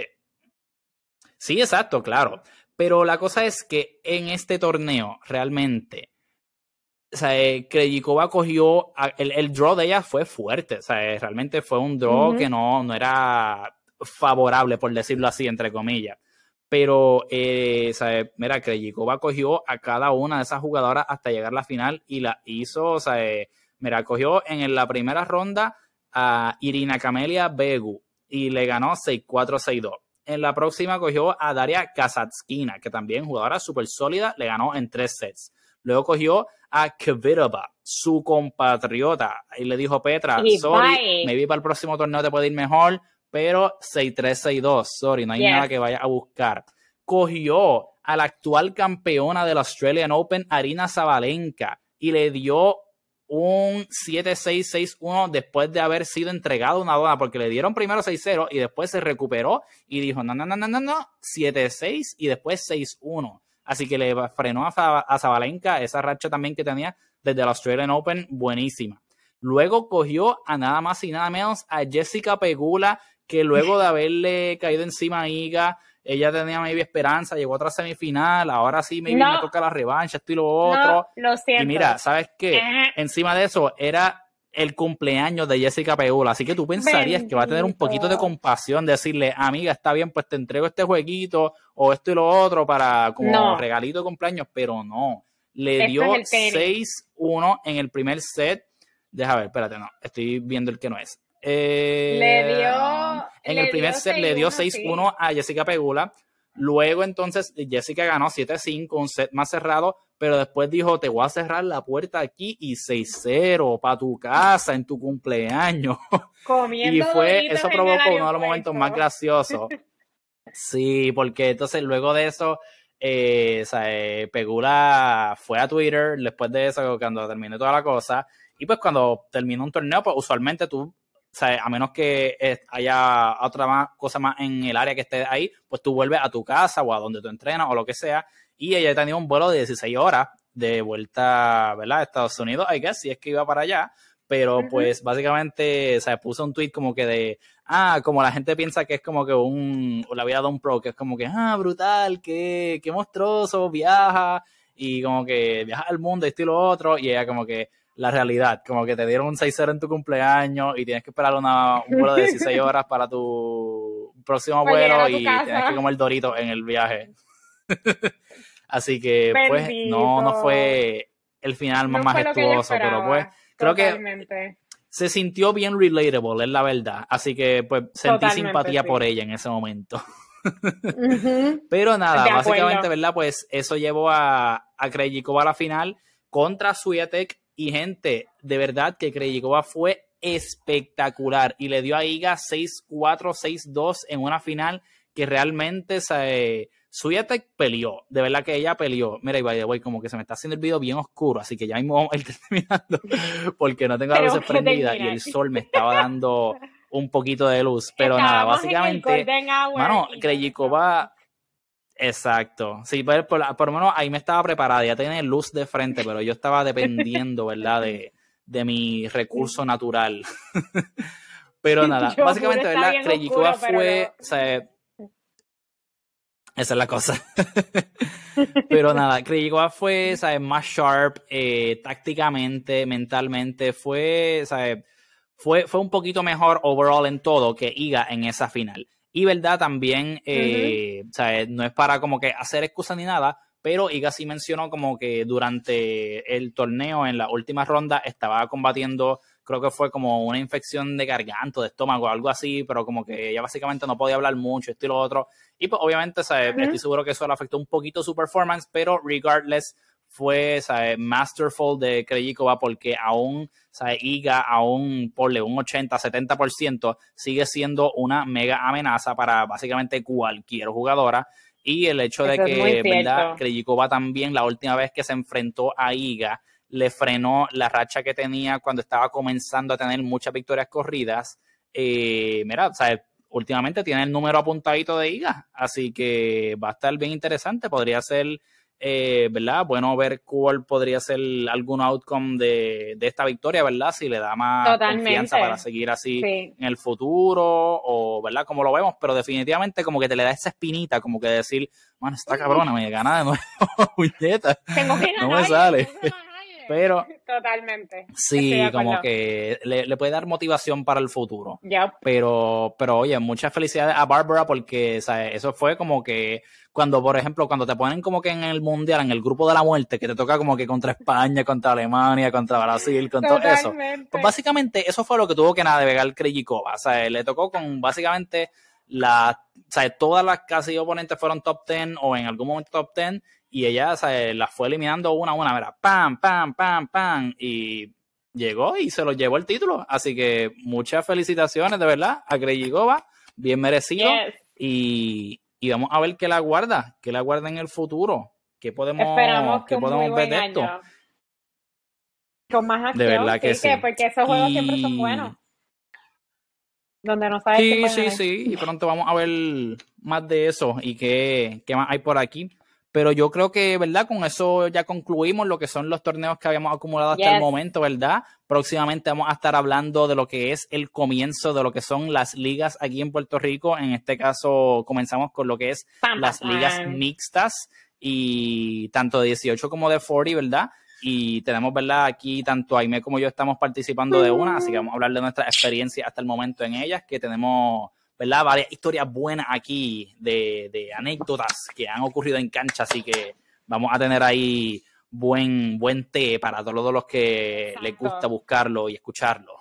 ahí. Sí, exacto, claro. Pero la cosa es que en este torneo, realmente, o sea, Krejcikova cogió, el, el draw de ella fue fuerte, o sea, realmente fue un draw uh-huh. que no, no era favorable, por decirlo así, entre comillas. Pero, eh, o sea, mira, Krejcikova cogió a cada una de esas jugadoras hasta llegar a la final y la hizo, o sea, eh, mira, cogió en la primera ronda a Irina Camelia Begu y le ganó seis cuatro, seis dos. En la próxima cogió a Daria Kasatkina, que también jugadora súper sólida, le ganó en tres sets. Luego cogió a Kvitova, su compatriota, y le dijo, Petra, y sorry, bye. Maybe para el próximo torneo te puede ir mejor, pero seis tres, seis dos, sorry, no hay yes. nada que vaya a buscar. Cogió a la actual campeona del Australian Open, Aryna Sabalenka, y le dio un siete seis, seis uno después de haber sido entregado una dona, porque le dieron primero seis cero y después se recuperó y dijo, no, no, no, no, no, no, siete seis y después seis uno. Así que le frenó a, a Sabalenka esa racha también que tenía desde el Australian Open, buenísima. Luego cogió a nada más y nada menos a Jessica Pegula, que luego de haberle caído encima a Iga, ella tenía maybe esperanza, llegó a otra semifinal, ahora sí maybe no. me toca la revancha, esto y lo otro. No, lo siento. Y mira, ¿sabes qué? Uh-huh. Encima de eso, era el cumpleaños de Jessica Pegula, así que tú pensarías Bendito. que va a tener un poquito de compasión, decirle, amiga, está bien, pues te entrego este jueguito, o esto y lo otro, para como no. regalito de cumpleaños, pero no. Le Esto dio es seis uno en el primer set. Deja ver, espérate, no, estoy viendo el que no es. Eh, le dio en le el primer dio set le dio seis uno sí. a Jessica Pegula. Luego entonces Jessica ganó siete cinco, un set más cerrado, pero después dijo, te voy a cerrar la puerta aquí y seis cero para tu casa en tu cumpleaños. Comiendo y fue eso provocó uno de los momentos más graciosos. Sí, porque entonces luego de eso eh, o sea, eh, Pegula fue a Twitter después de eso, cuando terminó toda la cosa, y pues cuando termina un torneo, pues usualmente tú, o sea, a menos que haya otra más, cosa más en el área que esté ahí, pues tú vuelves a tu casa o a donde tú entrenas o lo que sea, y ella tenía un vuelo de dieciséis horas de vuelta, ¿verdad?, a Estados Unidos, I guess, si es que iba para allá, pero uh-huh. pues básicamente, o sea, puso un tweet como que de, ah, como la gente piensa que es como que un, la vida de un pro, que es como que, ah, brutal, qué, qué monstruoso, viaja, y como que viaja al mundo, esto y lo otro, y ella como que, la realidad, como que te dieron un seis cero en tu cumpleaños y tienes que esperar una, un vuelo de dieciséis horas para tu próximo vuelo y casa. Tienes que comer Doritos en el viaje. Así que, Bendito. pues, no, no fue el final más no majestuoso, pero pues, creo Totalmente. que se sintió bien relatable, es la verdad. Así que, pues, sentí Totalmente, simpatía sí. por ella en ese momento. uh-huh. Pero nada, de básicamente, acuerdo. ¿verdad? Pues, eso llevó a, a Krejcikova a la final contra Swiatek. Y gente, de verdad que Krejcikova fue espectacular y le dio a Iga seis cuatro, seis dos en una final que realmente se, Swiatek peleó, de verdad que ella peleó. Mira, y by the way, como que se me está haciendo el video bien oscuro, así que ya mismo vamos a ir terminando porque no tengo la luz prendida y el sol me estaba dando un poquito de luz. Pero Estábamos nada, básicamente, mano, Krejcikova... Exacto. Sí, por, por, por lo menos ahí me estaba preparada, ya tenía luz de frente, pero yo estaba dependiendo, ¿verdad? De, de mi recurso natural. Pero nada, Yo básicamente, juro, está ¿verdad? bien Krejcikova oscuro, pero fue, no. o sea, esa es la cosa. Pero nada, Krejcikova fue, ¿sabes? Más sharp, eh, tácticamente, mentalmente, fue, ¿sabes? Fue, fue un poquito mejor overall en todo que Iga en esa final. Y verdad, también, eh, Ujú. ¿sabes? No es para como que hacer excusa ni nada, pero Iga sí mencionó como que durante el torneo, en la última ronda, estaba combatiendo, creo que fue como una infección de garganta, de estómago, algo así, pero como que ella básicamente no podía hablar mucho, esto y lo otro. Y pues obviamente, ¿sabes? Ujú. Estoy seguro que eso le afectó un poquito su performance, pero regardless fue, ¿sabes? Masterful de Krejcikova porque aún, ¿sabes? Iga, aún ponle un ochenta, setenta por ciento, sigue siendo una mega amenaza para básicamente cualquier jugadora. Y el hecho de Eso es muy que, ¿verdad? cierto. Krejcikova también, la última vez que se enfrentó a Iga, le frenó la racha que tenía cuando estaba comenzando a tener muchas victorias corridas. Eh, mira, o sea, últimamente tiene el número apuntadito de Iga, así que va a estar bien interesante. Podría ser, eh, ¿verdad? Bueno, ver cuál podría ser algún outcome de, de esta victoria, ¿verdad? Si le da más confianza para Totalmente. seguir así Sí. en el futuro, o, ¿verdad? Como lo vemos, pero definitivamente como que te le da esa espinita, como que decir, bueno, esta cabrona me gana de nuevo, puñeta, Tengo que no me ganar, sale. tengo que ganar. Pero Totalmente. Estoy de sí, como acuerdo. que le, le puede dar motivación para el futuro. Yep. Pero, pero oye, muchas felicidades a Barbara porque, ¿sabes? Eso fue como que cuando, por ejemplo, cuando te ponen como que en el mundial, en el grupo de la muerte, que te toca como que contra España, contra Alemania, contra Brasil, con todo eso. Pues Totalmente. básicamente eso fue lo que tuvo que navegar Krejcikova. O sea, le tocó con básicamente la, o sea, todas las casi oponentes fueron top diez o en algún momento top diez y ella, o sea, las fue eliminando una a una, mira, pam, pam, pam, pam, y llegó y se lo llevó el título. Así que muchas felicitaciones, de verdad, a Krejcikova, bien merecido. Yes. Y, y vamos a ver qué la guarda, qué la guarda en el futuro. ¿Qué podemos, Esperamos que qué un muy podemos ver buen de esto? año. Con más De acción, verdad que sí, que sí. porque esos juegos siempre son Y buenos. Donde no sabes quién sí, va a sí, ganar. sí. Y pronto vamos a ver más de eso y qué, qué más hay por aquí. Pero yo creo que, ¿verdad? Con eso ya concluimos lo que son los torneos que habíamos acumulado hasta Yes. el momento, ¿verdad? Próximamente vamos a estar hablando de lo que es el comienzo de lo que son las ligas aquí en Puerto Rico. En este caso, comenzamos con lo que es Pam, las pam, ligas pam. mixtas y tanto de dieciocho como de cuarenta, ¿verdad? Y tenemos, ¿verdad? Aquí tanto Aime como yo estamos participando de una, así que vamos a hablar de nuestra experiencia hasta el momento en ellas, que tenemos, ¿verdad? Varias historias buenas aquí de, de anécdotas que han ocurrido en cancha, así que vamos a tener ahí buen, buen té para todos los que les gusta Exacto. buscarlo y escucharlo.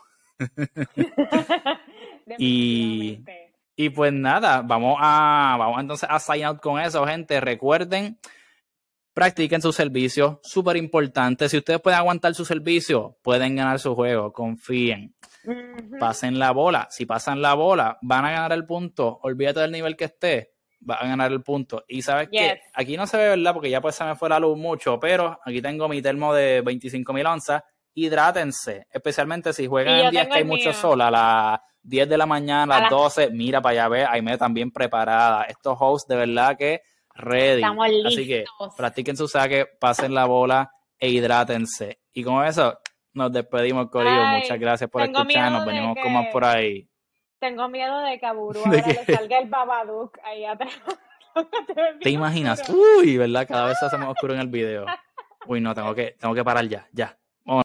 y, Definitivamente. y pues nada, vamos a, vamos entonces a sign out con eso, gente. Recuerden, practiquen su servicio, súper importante. Si ustedes pueden aguantar su servicio, pueden ganar su juego, confíen. Ujú. Pasen la bola. Si pasan la bola, van a ganar el punto. Olvídate del nivel que esté, van a ganar el punto. Y sabes Yes. que aquí no se ve, ¿verdad? Porque ya pues se me fue la luz mucho, pero aquí tengo mi termo de veinticinco mil onzas. Hidrátense, especialmente si Y juegan yo en días tengo que hay el mucho mío. sol, a las diez de la mañana, a A las las... doce, mira para allá, ve, Aime también preparada. Estos hosts de verdad que ready. Estamos Así que listos. practiquen su saque, pasen la bola e hidrátense. Y con eso nos despedimos, Corillo. Ay, Muchas gracias por tengo escucharnos. miedo de Venimos con más por que... ahí. Tengo miedo de que a Buru ¿De ahora le qué? salga el Babadook ahí atrás. Te ves ¿Te bien imaginas? oscuro. Uy, ¿verdad? Cada vez se hace más oscuro en el video. Uy, no, tengo que, tengo que parar ya, ya.